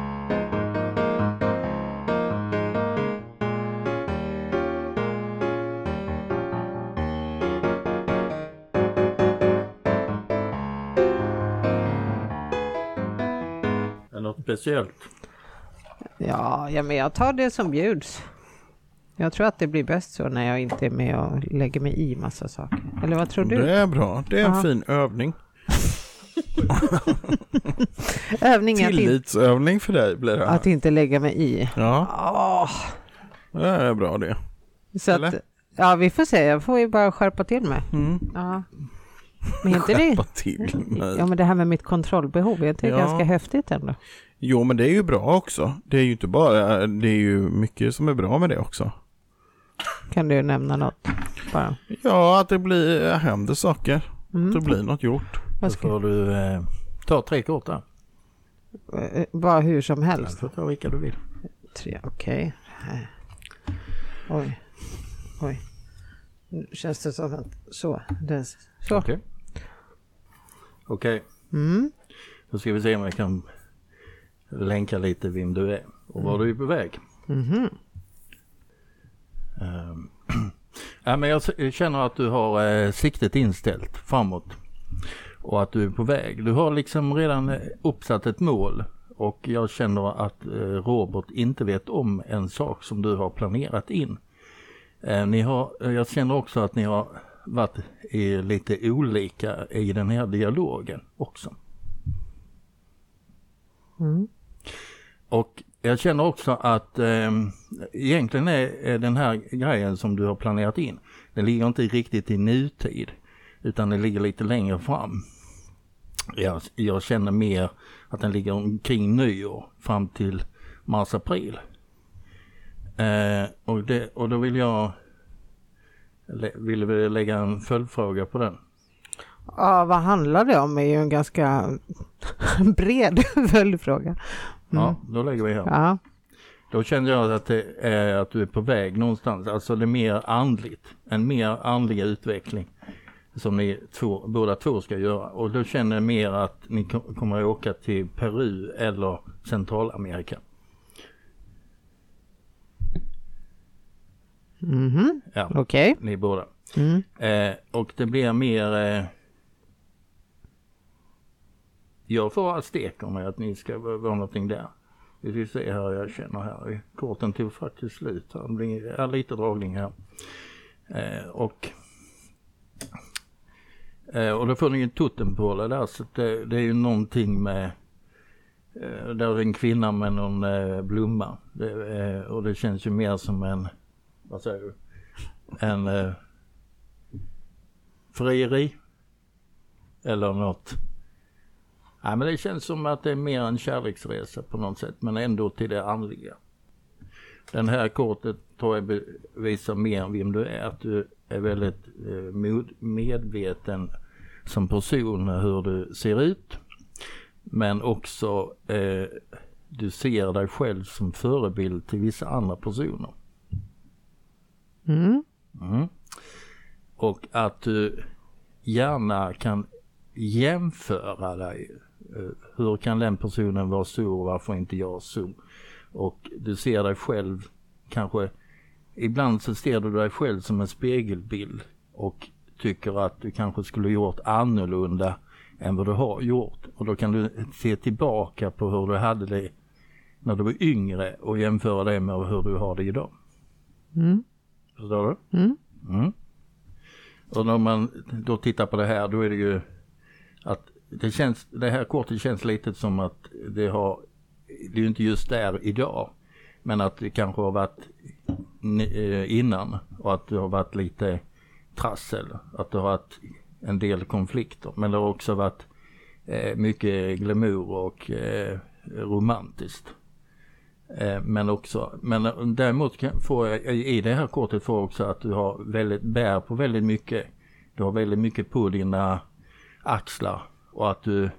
Något speciellt? Ja, men jag tar det som bjuds. Jag tror att det blir bäst så när jag inte är med och lägger mig i massa saker. Eller vad tror du? Det är bra. Det är en fin övning. Tillitsövning för dig blir det här. Att inte lägga mig i. Ja. Det är bra det. Så att, ja, vi får se. Jag får ju bara skärpa till mig. Ja. Men inte skärpa till? Nej. Ja, men det här med mitt kontrollbehov, jag tycker det är ganska häftigt ändå. Jo, men det är ju bra också. Det är ju inte bara, det är ju mycket som är bra med det också. Kan du nämna något? Bara. Ja, att det händer saker. Att det blir något gjort. Då får du ta 3 kort där. Bara hur som helst. Du får ta vilka du vill. 3, okej. Oj. Nu känns det som att så. Okej. Då ska vi se om jag kan länka lite vem du är och var du är på väg. Men jag känner att du har siktet inställt framåt och att du är på väg. Du har liksom redan uppsatt ett mål och jag känner att Robert inte vet om en sak som du har planerat in. Jag känner också att ni har varit lite olika i den här dialogen också. Och jag känner också att egentligen är den här grejen som du har planerat in, den ligger inte riktigt i nutid utan den ligger lite längre fram. Jag känner mer att den ligger omkring nyår fram till mars-april. Och då vill vi lägga en följdfråga på den. Ja, vad handlar det om är ju en ganska bred följdfråga. Ja, då lägger vi här. Ja. Då känner jag att det är att du är på väg någonstans. Alltså det är mer andligt. En mer andlig utveckling som ni båda två ska göra. Och då känner jag mer att ni kommer att åka till Peru eller Centralamerika. Ja, Okej. ni båda. Och det blir mer... jag får azteker med att ni ska vara någonting där. Vi får se här, jag känner här. Korten tog faktiskt slut. Det blir lite dragning här. Och då får ni en totempåle där. Så det är ju någonting med... där är en kvinna med någon blomma. Och det känns ju mer som en... vad säger du? En frieri. Eller något. Nej, men det känns som att det är mer en kärleksresa på något sätt. Men ändå till det andliga. Den här kortet tror jag visar mer vem du är. Att du är väldigt medveten som person hur du ser ut. Men också du ser dig själv som förebild till vissa andra personer. Och att du gärna kan jämföra dig. Hur kan den personen vara så och varför inte jag så? Och du ser dig själv kanske, ibland så ser du dig själv som en spegelbild och tycker att du kanske skulle gjort annorlunda än vad du har gjort. Och då kan du se tillbaka på hur du hade det när du var yngre och jämföra det med hur du har det idag. Förstår du? Och när man då tittar på det här, då är det ju att det här kortet känns lite som att det är inte just där idag, men att det kanske har varit innan och att det har varit lite trassel, att det har varit en del konflikter, men det har också varit mycket glamour och romantiskt. Men däremot får jag i det här kortet får också att du har bär på väldigt mycket. Du har väldigt mycket på dina axlar och att du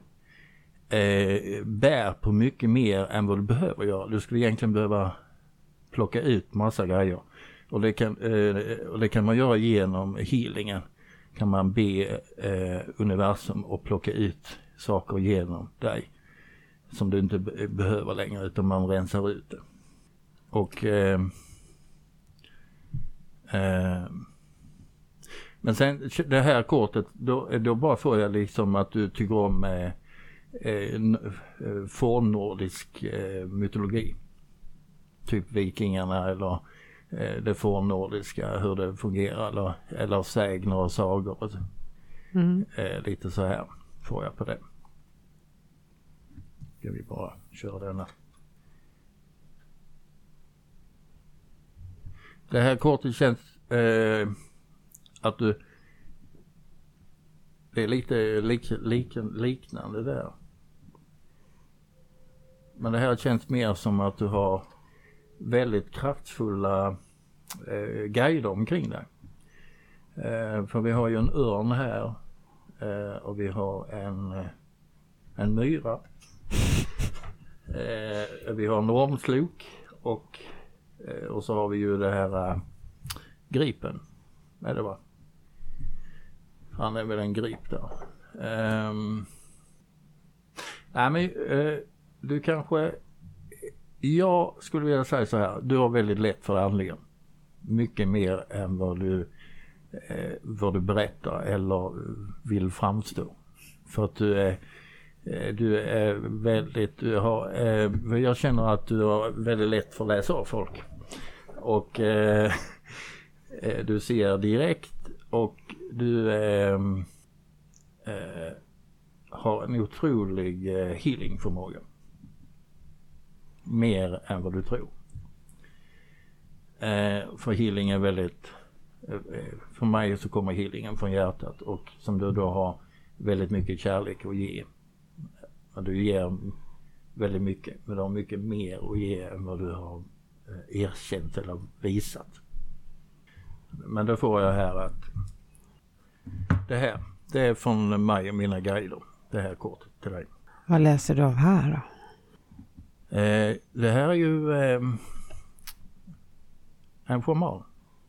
bär på mycket mer än vad du behöver göra. Du skulle egentligen behöva plocka ut massa grejer. Och det kan man göra genom healingen. Kan man be universum och plocka ut saker genom dig som du inte behöver längre, utan man rensar ut det. Och men sen det här kortet då bara får jag liksom att du tycker om fornnordisk mytologi, typ vikingarna eller det fornnordiska, hur det fungerar, eller sägner och sagor. Lite så här får jag på det. Ska vi bara köra denna. Det här kortet känns att du, det är lite liknande där. Men det här känns mer som att du har väldigt kraftfulla guider omkring dig. För vi har ju en örn här och vi har en myra. Vi har en ormslok och så har vi ju det här gripen. Nej, det var. Han är väl en grip där. Nej, men du kanske, jag skulle vilja säga så här, du har väldigt lätt för andligen. Mycket mer än vad du berättar eller vill framstå. För att du är väldigt, jag känner att du har väldigt lätt för att läsa av folk. Och du ser direkt och du har en otrolig healingförmåga. Mer än vad du tror. För healing är väldigt, för mig så kommer healingen från hjärtat, och som du då har väldigt mycket kärlek att ge. Du ger väldigt mycket, men du har mycket mer att ge än vad du har erkänt eller visat. Men då får jag här att det är från mig och mina guider, det här kortet till dig. Vad läser du av här då? Det här är ju en shaman.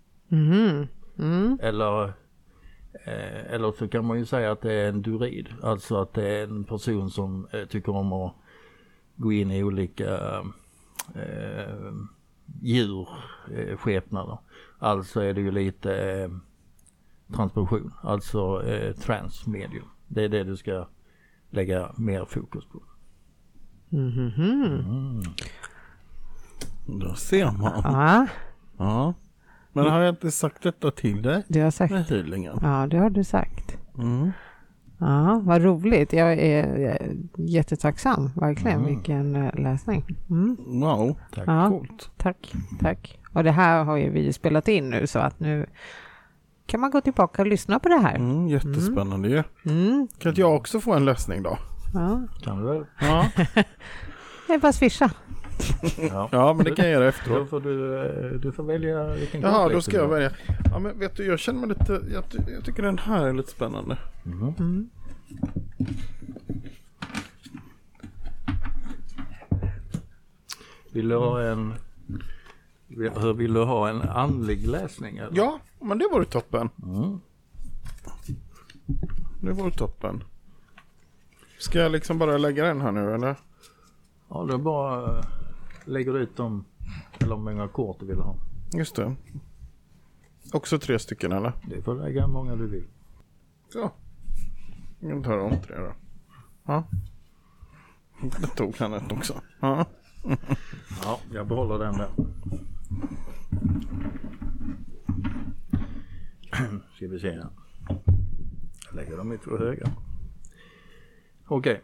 Eller så kan man ju säga att det är en druid, alltså att det är en person som tycker om att gå in i olika djurskepnader. Alltså är det ju lite transmission, alltså transmedium. Det är det du ska lägga mer fokus på. Då ser man. Ja. Ja. Men har jag inte sagt detta till dig? Du har sagt. Ja, det har du sagt. Ja, vad roligt. Jag är jättetacksam, verkligen. Vilken läsning. Wow, tack. Ja, coolt. Tack. Och det här har ju vi spelat in nu, så att nu kan man gå tillbaka och lyssna på det här. Jättespännande ju. Kan inte jag också få en läsning då? Ja. Kan du väl? Ja. Det är bara swisha. Ja, men det kan jag göra efteråt. Då får du får välja vilken. Ja, då ska jag välja. Ja, men vet du, jag känner mig lite, jag tycker den här är lite spännande. Vill du ha en andlig läsning eller? Ja, men det vore toppen. Det vore toppen. Ska jag liksom bara lägga den här nu eller? Ja, du bara lägger ut dem, eller om många kort du vill ha. Just det. Också 3 stycken eller? Det får lägga många du vill. Så. Jag tar om 3 då. Ja. Det tog han ett också. Ja. Ja, jag behåller den där. Ska vi se här. Jag lägger dem i 2 höga. Okej.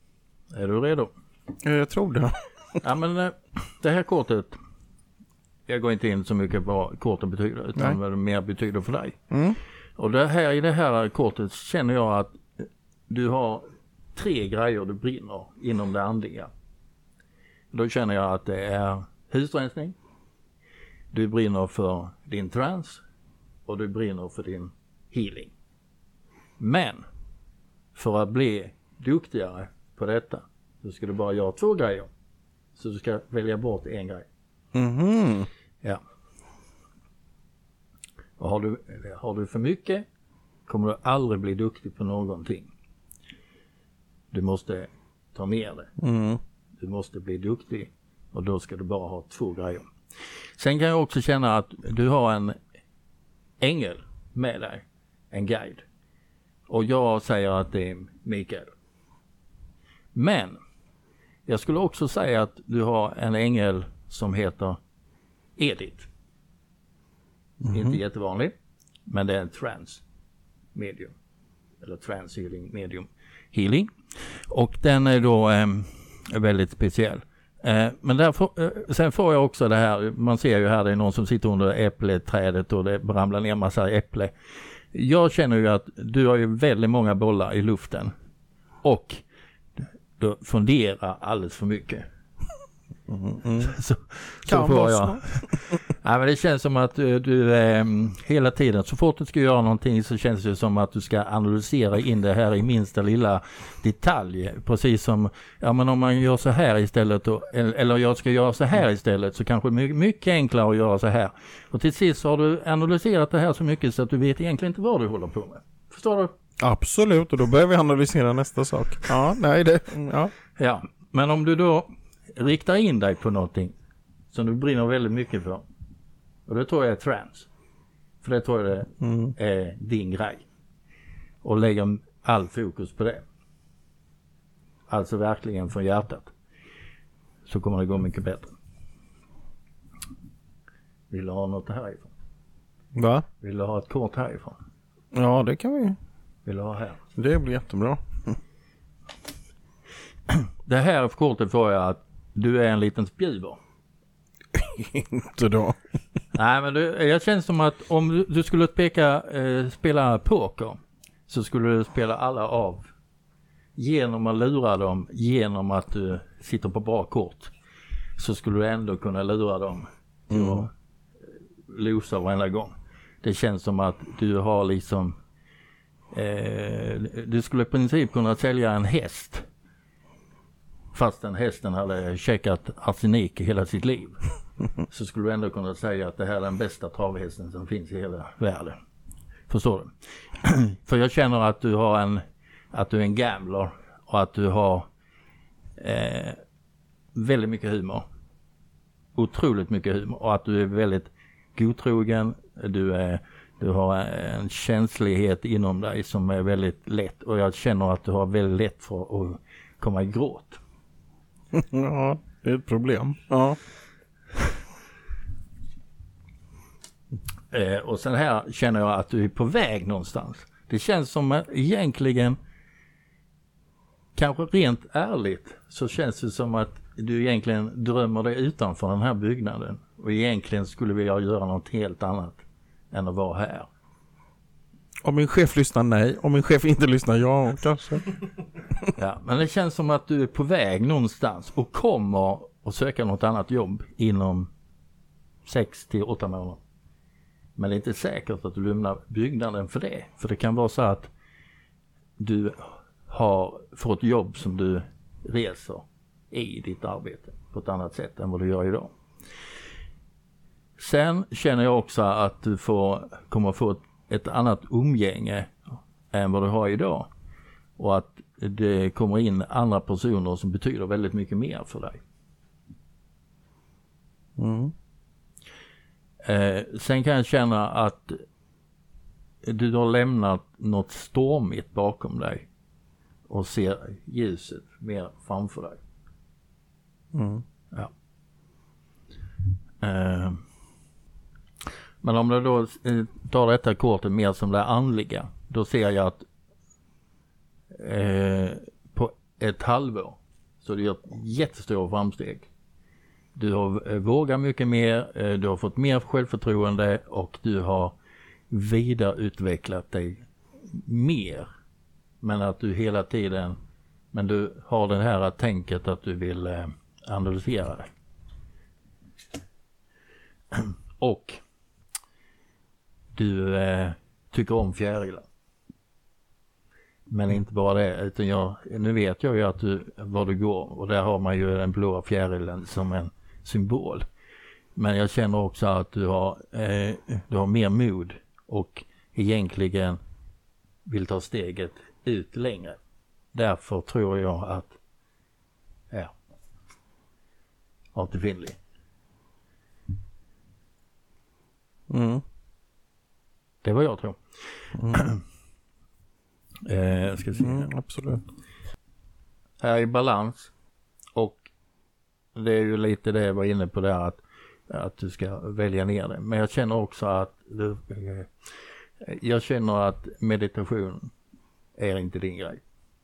Är du redo? Jag tror det. Ja, men det här kortet jag går inte in så mycket på vad korten betyder utan vad det mer betyder för dig. Och i det här kortet känner jag att du har 3 grejer du brinner inom det andliga. Då känner jag att det är husrensning, du brinner för din trance och du brinner för din healing. Men för att bli duktigare på detta så ska du bara göra 2 grejer. Så du ska välja bort en grej. Ja. Och har du för mycket kommer du aldrig bli duktig på någonting. Du måste ta med det. Du måste bli duktig och då ska du bara ha 2 grejer. Sen kan jag också känna att du har en ängel med dig, en guide. Och jag säger att det är Mikael. Men jag skulle också säga att du har en ängel som heter Edith. Inte jättevanlig, men det är en trance medium. Eller trance healing medium healing. Och den är då väldigt speciell. Men sen får jag också det här, man ser ju här det är någon som sitter under äppleträdet och det ramlar ner massa äpple. Jag känner ju att du har ju väldigt många bollar i luften och du funderar alldeles för mycket. Så får jag. Ja, men det känns som att du hela tiden, så fort du ska göra någonting så känns det som att du ska analysera in det här i minsta lilla detalj. Precis som, ja men om man gör så här istället eller jag ska göra så här istället så kanske det är mycket enklare att göra så här. Och till sist har du analyserat det här så mycket så att du vet egentligen inte vad du håller på med. Förstår du? Absolut, och då börjar vi analysera nästa sak. Ja, men om du då riktar in dig på någonting som du brinner väldigt mycket för. Och det tror jag är trance. För det tror jag det är din grej. Och lägger all fokus på det. Alltså verkligen från hjärtat. Så kommer det gå mycket bättre. Vill du ha något härifrån? Va? Vill du ha ett kort härifrån? Ja, det kan vi. Vill du ha här? Det blir jättebra. Det här kortet får jag att du är en liten spjuver. Inte då. Nej, men jag känner som att om du skulle spela poker så skulle du spela alla av genom att lura dem, genom att du sitter på bra kort så skulle du ändå kunna lura dem till att losa varenda gång. Det känns som att du har liksom du skulle i princip kunna sälja en häst fast den hästen hade checkat arsenik i hela sitt liv. Så skulle du ändå kunna säga att det här är den bästa travhästen som finns i hela världen. Förstår du? För jag känner att du är en gambler och att du har väldigt mycket humor. Otroligt mycket humor och att du är väldigt godtrogen. Du har en känslighet inom dig som är väldigt lätt och jag känner att du har väldigt lätt för att komma i gråt. Ja, det är ett problem. Ja. Och sen här känner jag att du är på väg någonstans. Det känns som att egentligen, kanske rent ärligt, så känns det som att du egentligen drömmer dig utanför den här byggnaden. Och egentligen skulle vilja göra något helt annat än att vara här. Om min chef lyssnar nej, om min chef inte lyssnar ja, kanske. Ja, men det känns som att du är på väg någonstans och kommer att söka något annat jobb inom 6-8 månader. Men det är inte säkert att du lämnar byggnaden för det. För det kan vara så att du har fått jobb som du reser i ditt arbete på ett annat sätt än vad du gör idag. Sen känner jag också att du kommer få ett annat umgänge än vad du har idag. Och att det kommer in andra personer som betyder väldigt mycket mer för dig. Sen kan jag känna att du har lämnat något stormigt bakom dig och ser ljuset mer framför dig. Ja. Men om du då tar detta kortet mer som det andliga, då ser jag att på ett halvår så det gör jättestora framsteg. Du har vågat mycket mer, du har fått mer självförtroende och du har vidareutvecklat dig mer. Men att du hela tiden, men du har det här tänket att du vill analysera det. Och du tycker om fjärilar. Men inte bara det, utan nu vet jag ju att var du går, och där har man ju den blåa fjärilen som en symbol. Men jag känner också att du har mer mod och egentligen vill ta steget ut längre. Därför tror jag att artificiellt. Det är vad jag tror. Ska se. Absolut. Här i balans, och det är ju lite det jag var inne på där, att du ska välja ner det. Men jag känner också att meditation är inte din grej.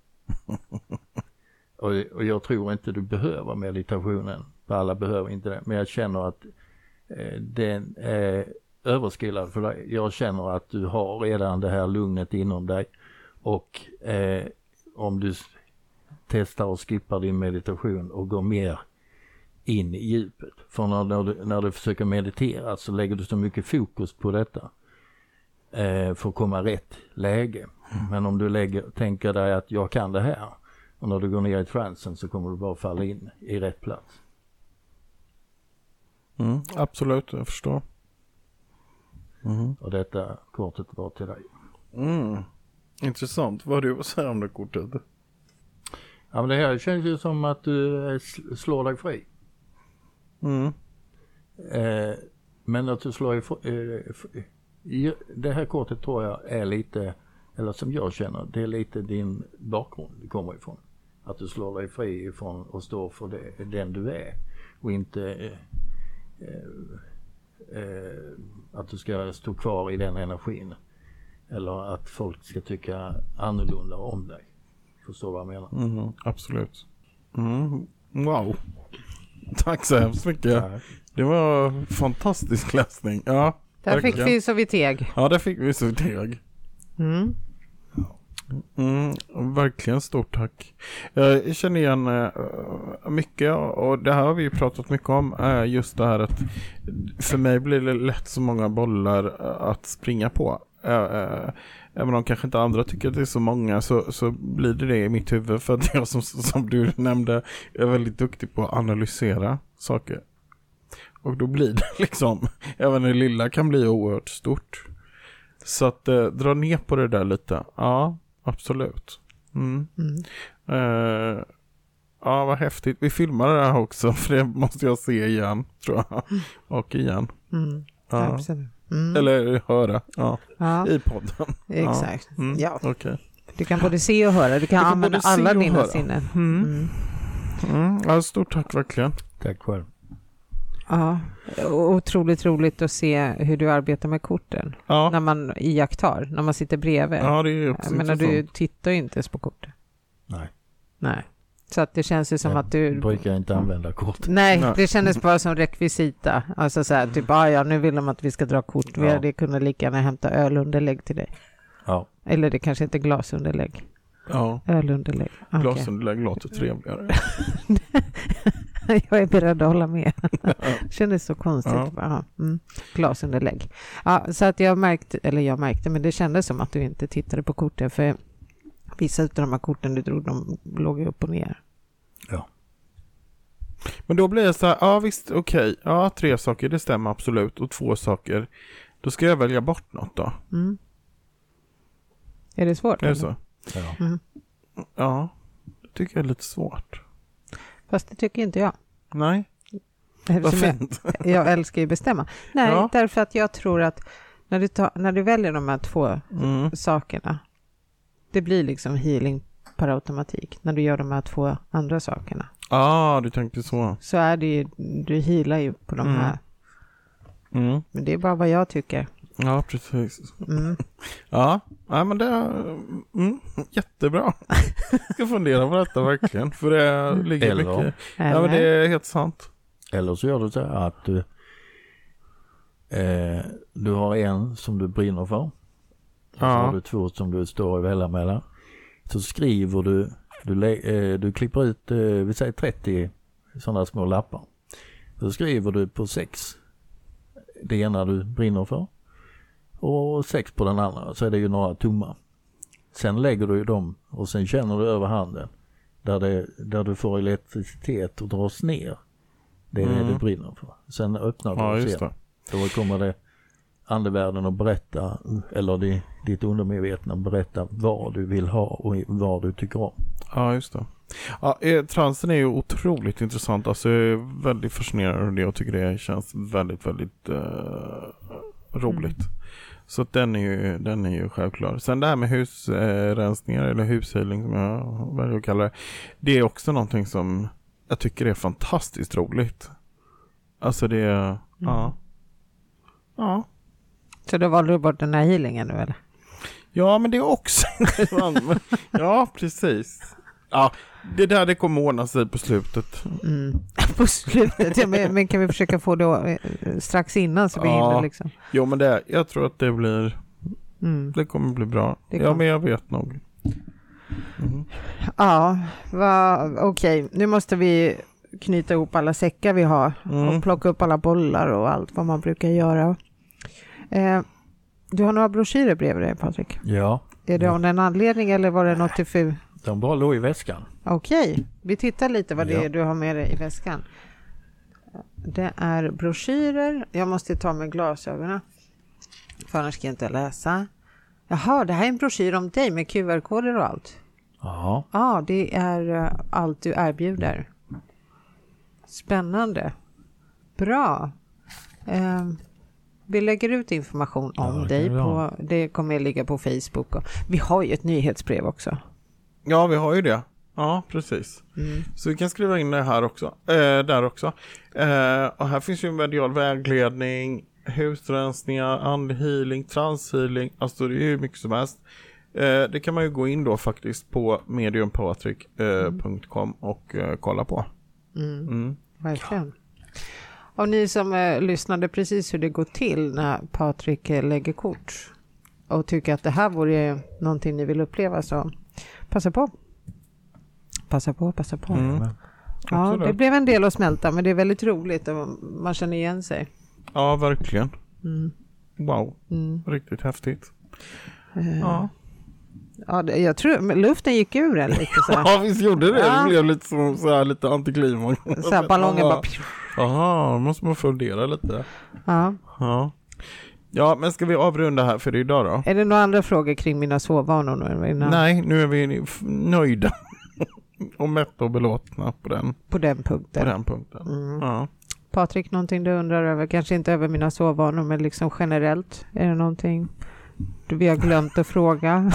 Och jag tror inte du behöver meditationen, för alla behöver inte det. Men jag känner att den är överskillad för dig. Jag känner att du har redan det här lugnet inom dig. Och om du testar och skippar din meditation och går mer in i djupet. För när du försöker meditera så lägger du så mycket fokus på detta för att komma rätt läge. Men om du tänker dig att jag kan det här, och när du går ner i transen så kommer du bara falla in i rätt plats. Absolut, jag förstår. Och detta kortet var till dig. Intressant. Vad har du att säga om det kortet? Ja, men det här känns ju som att du slår dig fri. Men att du slår dig fri. Det här kortet tror jag är lite, eller som jag känner, det är lite din bakgrund det kommer ifrån. Att du slår dig fri ifrån och står för den du är. Och inte att du ska stå kvar i den energin. Eller att folk ska tycka annorlunda om dig. Förstår vad jag menar? Absolut. Wow. Tack så hemskt mycket. Nej. Det var fantastisk läsning. Ja, där verkligen. fick vi så vi teg. Ja, där fick vi så vi teg. Verkligen stort tack. Jag känner igen mycket, och det här har vi ju pratat mycket om, just det här att för mig blir det lätt så många bollar att springa på. Även om kanske inte andra tycker att det är så många, så blir det i mitt huvud, för att jag som du nämnde är väldigt duktig på att analysera saker. Och då blir det liksom, även det lilla kan bli oerhört stort. Så att dra ner på det där lite. Ja, absolut. Ja, vad häftigt. Vi filmar det här också, för det måste jag se igen, tror jag. Och igen. Ja. Absolut. Eller höra i podden. Exakt. Ja. Okay. Du kan både se och höra. Du kan använda alla dina sinnen. Ja, stort tack verkligen. Tack själv. Ja, otroligt roligt att se hur du arbetar med korten. Ja. När man iakttar, när man sitter bredvid. Ja, det är också men du tittar ju inte ens på korten. Nej. Så att det känns ju som att du brukar inte använda kort. Nej, det kändes bara som rekvisita. Alltså så här, typ, nu vill de att vi ska dra kort. Vi hade kunnat lika gärna hämta ölunderlägg till dig. Ja. Eller det kanske inte är glasunderlägg. Ja. Ölunderlägg. Okay. Glasunderlägg låter trevligare. Jag är beredd att hålla med. Det kändes så konstigt. Glasunderlägg. Ja, så att jag märkte, men det kändes som att du inte tittade på korten, för vissa av de här korten du drog, de låg upp och ner. Ja. Men då blir det så här, visst, okej. Ja, 3 saker, det stämmer absolut. Och 2 saker, då ska jag välja bort något då. Är det svårt? Är det så? Ja. Ja, det tycker jag är lite svårt. Fast det tycker inte jag. Nej. Vad fint. Jag älskar ju bestämma. Nej, därför att jag tror att när du väljer de här 2 sakerna, det blir liksom healing per automatik. När du gör de här 2 andra sakerna. Du tänkte så. Så är det ju, du healar ju på de här. Men det är bara vad jag tycker. Ja, precis. Ja, men det är jättebra. Jag ska fundera på detta verkligen, för det ligger mycket. Ja, men det är helt sant. Eller så gör du så här att du har en som du brinner för. Och så har du 2 som du står och väljer mellan. Så skriver du klipper ut, vi säger 30 sådana små lappar. Så skriver du på 6 det ena du brinner för och 6 på den andra, så är det ju några tomma. Sen lägger du ju dem och sen känner du över handen där du får elektricitet och dras ner. Det är det du brinner för. Sen öppnar du och ser. Då kommer det andevärlden att berätta, eller ditt undermedvetna berätta vad du vill ha och vad du tycker om. Ja, just det. Ja, transen är ju otroligt intressant. Alltså jag är väldigt fascinerad av det och tycker det känns väldigt, väldigt roligt. Så att den är ju självklar. Sen det här med husrensningar eller hushållning som jag väljer att kalla det. Det är också någonting som jag tycker är fantastiskt roligt. Alltså det är, ja. Så då valde du bort den här healingen nu eller? Ja, men det är också ja, precis. Ja, det kommer ordna sig på slutet. På slutet, ja, men kan vi försöka få det strax innan så vi hinner liksom. Jo, men jag tror att det blir det kommer bli bra. Ja, men jag vet nog. Ja, okej. Nu måste vi knyta ihop alla säckar vi har och plocka upp alla bollar och allt vad man brukar göra. Du har några broschyrer bredvid dig, Patrik? Ja. Är det av en anledning eller var det något till De bara låg i väskan. Okej, vi tittar lite vad det är du har med dig i väskan. Det är broschyrer. Jag måste ta med glasögonen. För annars ska jag inte läsa. Jaha, det här är en broschyr om dig med QR-koder och allt. Ja. Ja, det är allt du erbjuder. Spännande. Bra. Vi lägger ut information om dig. Det kommer att ligga på Facebook. Vi har ju ett nyhetsbrev också. Ja, vi har ju det. Ja, precis. Så vi kan skriva in det här också. Där också. Och här finns ju en medial vägledning, husrensningar, andhealing, transhealing. Alltså det är ju mycket som helst. Det kan man ju gå in då faktiskt på mediumpatrik.com och kolla på. Verkligen. Och ni som lyssnade precis hur det går till när Patrik lägger kort och tycker att det här vore någonting ni vill uppleva, så passa på. Ja, det blev en del att smälta, men det är väldigt roligt och man känner igen sig. Ja, verkligen. Wow, riktigt häftigt. Ja. Ja, jag tror luften gick ur den lite så här. Ja, visst gjorde det. Det blev lite så här lite antiklimax. Så här ballongen bara. Jaha, måste man fundera lite. Ja. Ja, men ska vi avrunda här för idag då? Är det några andra frågor kring mina sovvanor nu? Nej, nu är vi nöjda och mätta och belåtna på den punkten. Ja. Patrik, någonting du undrar över? Kanske inte över mina sovvanor, men liksom generellt. Är det någonting vi har glömt att fråga?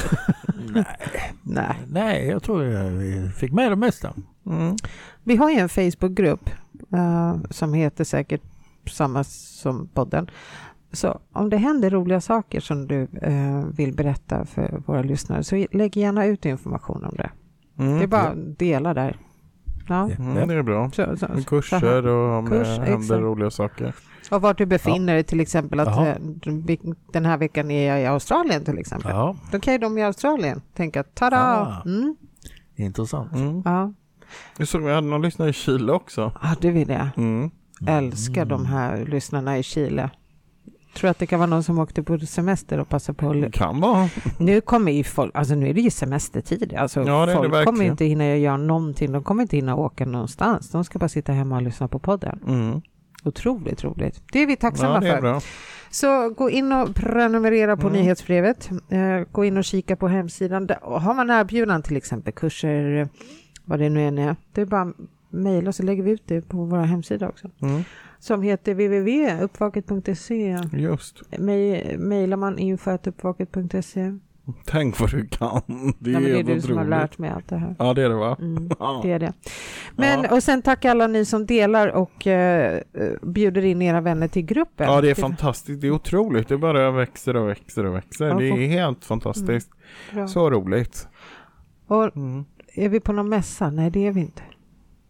Nej, jag tror vi fick med det mesta. Vi har ju en Facebookgrupp som heter säkert samma som podden. Så om det händer roliga saker som du vill berätta för våra lyssnare, så lägg gärna ut information om det. Det är bara att dela där. Ja. Det är bra. Kurser och om det händer roliga saker. Och vart du befinner dig, till exempel att den här veckan är jag i Australien till exempel. Ja. Då kan ju de i Australien tänka, tada! Intressant. Ja. Jag såg att vi hade någon lyssnare i Chile också. Ja, det vill jag. Älskar de här lyssnarna i Chile. Tror att det kan vara någon som åkte på semester och passar på. Kan vara. Nu kommer ju folk, alltså nu är det ju semestertid. Alltså folk kommer inte hinna göra någonting. De kommer inte hinna åka någonstans. De ska bara sitta hemma och lyssna på podden. Otroligt roligt. Det är vi tacksamma för. Bra. Så gå in och prenumerera på nyhetsbrevet. Gå in och kika på hemsidan. Har man erbjudan till exempel kurser, vad det nu än är. Det är bara mejla så lägger vi ut det på våra hemsida också. Som heter www.uppvaket.se. Just. Mejlar man info@uppvaket.se. Tänk vad du kan. Det är du som har lärt mig allt det här. Ja, det är det va? Det är det. Men, och sen tack alla ni som delar och bjuder in era vänner till gruppen. Ja, det är fantastiskt. Det är otroligt. Det bara växer och växer och växer. Det är helt fantastiskt. Så roligt. Och är vi på någon mässa? Nej, det är vi inte.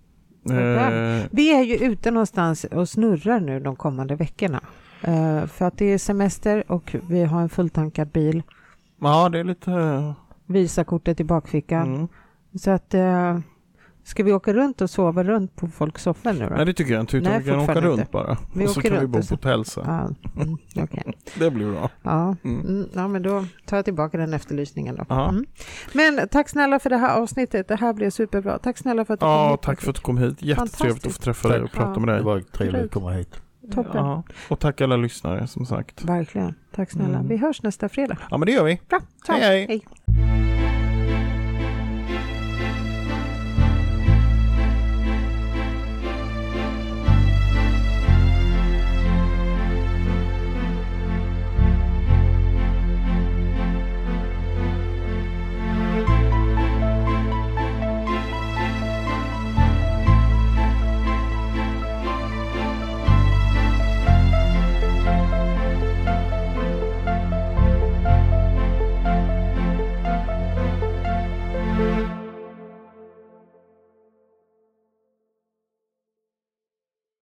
Vi är ju ute någonstans och snurrar nu de kommande veckorna. För att det är semester och vi har en fulltankad bil. Ja, det är lite... Visa kortet i bakfickan. Så att... Ska vi åka runt och sova runt på folks soffor nu då? Nej, det tycker jag inte. Utan vi kan åka runt bara. Vi och så kan vi bo på hotell sen. Okay. Det blir bra. Ja, men då tar jag tillbaka den efterlysningen då. Men tack snälla för det här avsnittet. Det här blev superbra. Tack snälla för att du kom hit. Tack för att du kom hit. Jättetrevligt att få träffa dig och prata med dig. Det var trevligt att komma hit. Toppen. Ja. Och tack alla lyssnare som sagt. Verkligen. Tack snälla. Vi hörs nästa fredag. Ja, men det gör vi. Bra. Ciao. Hej. Hej.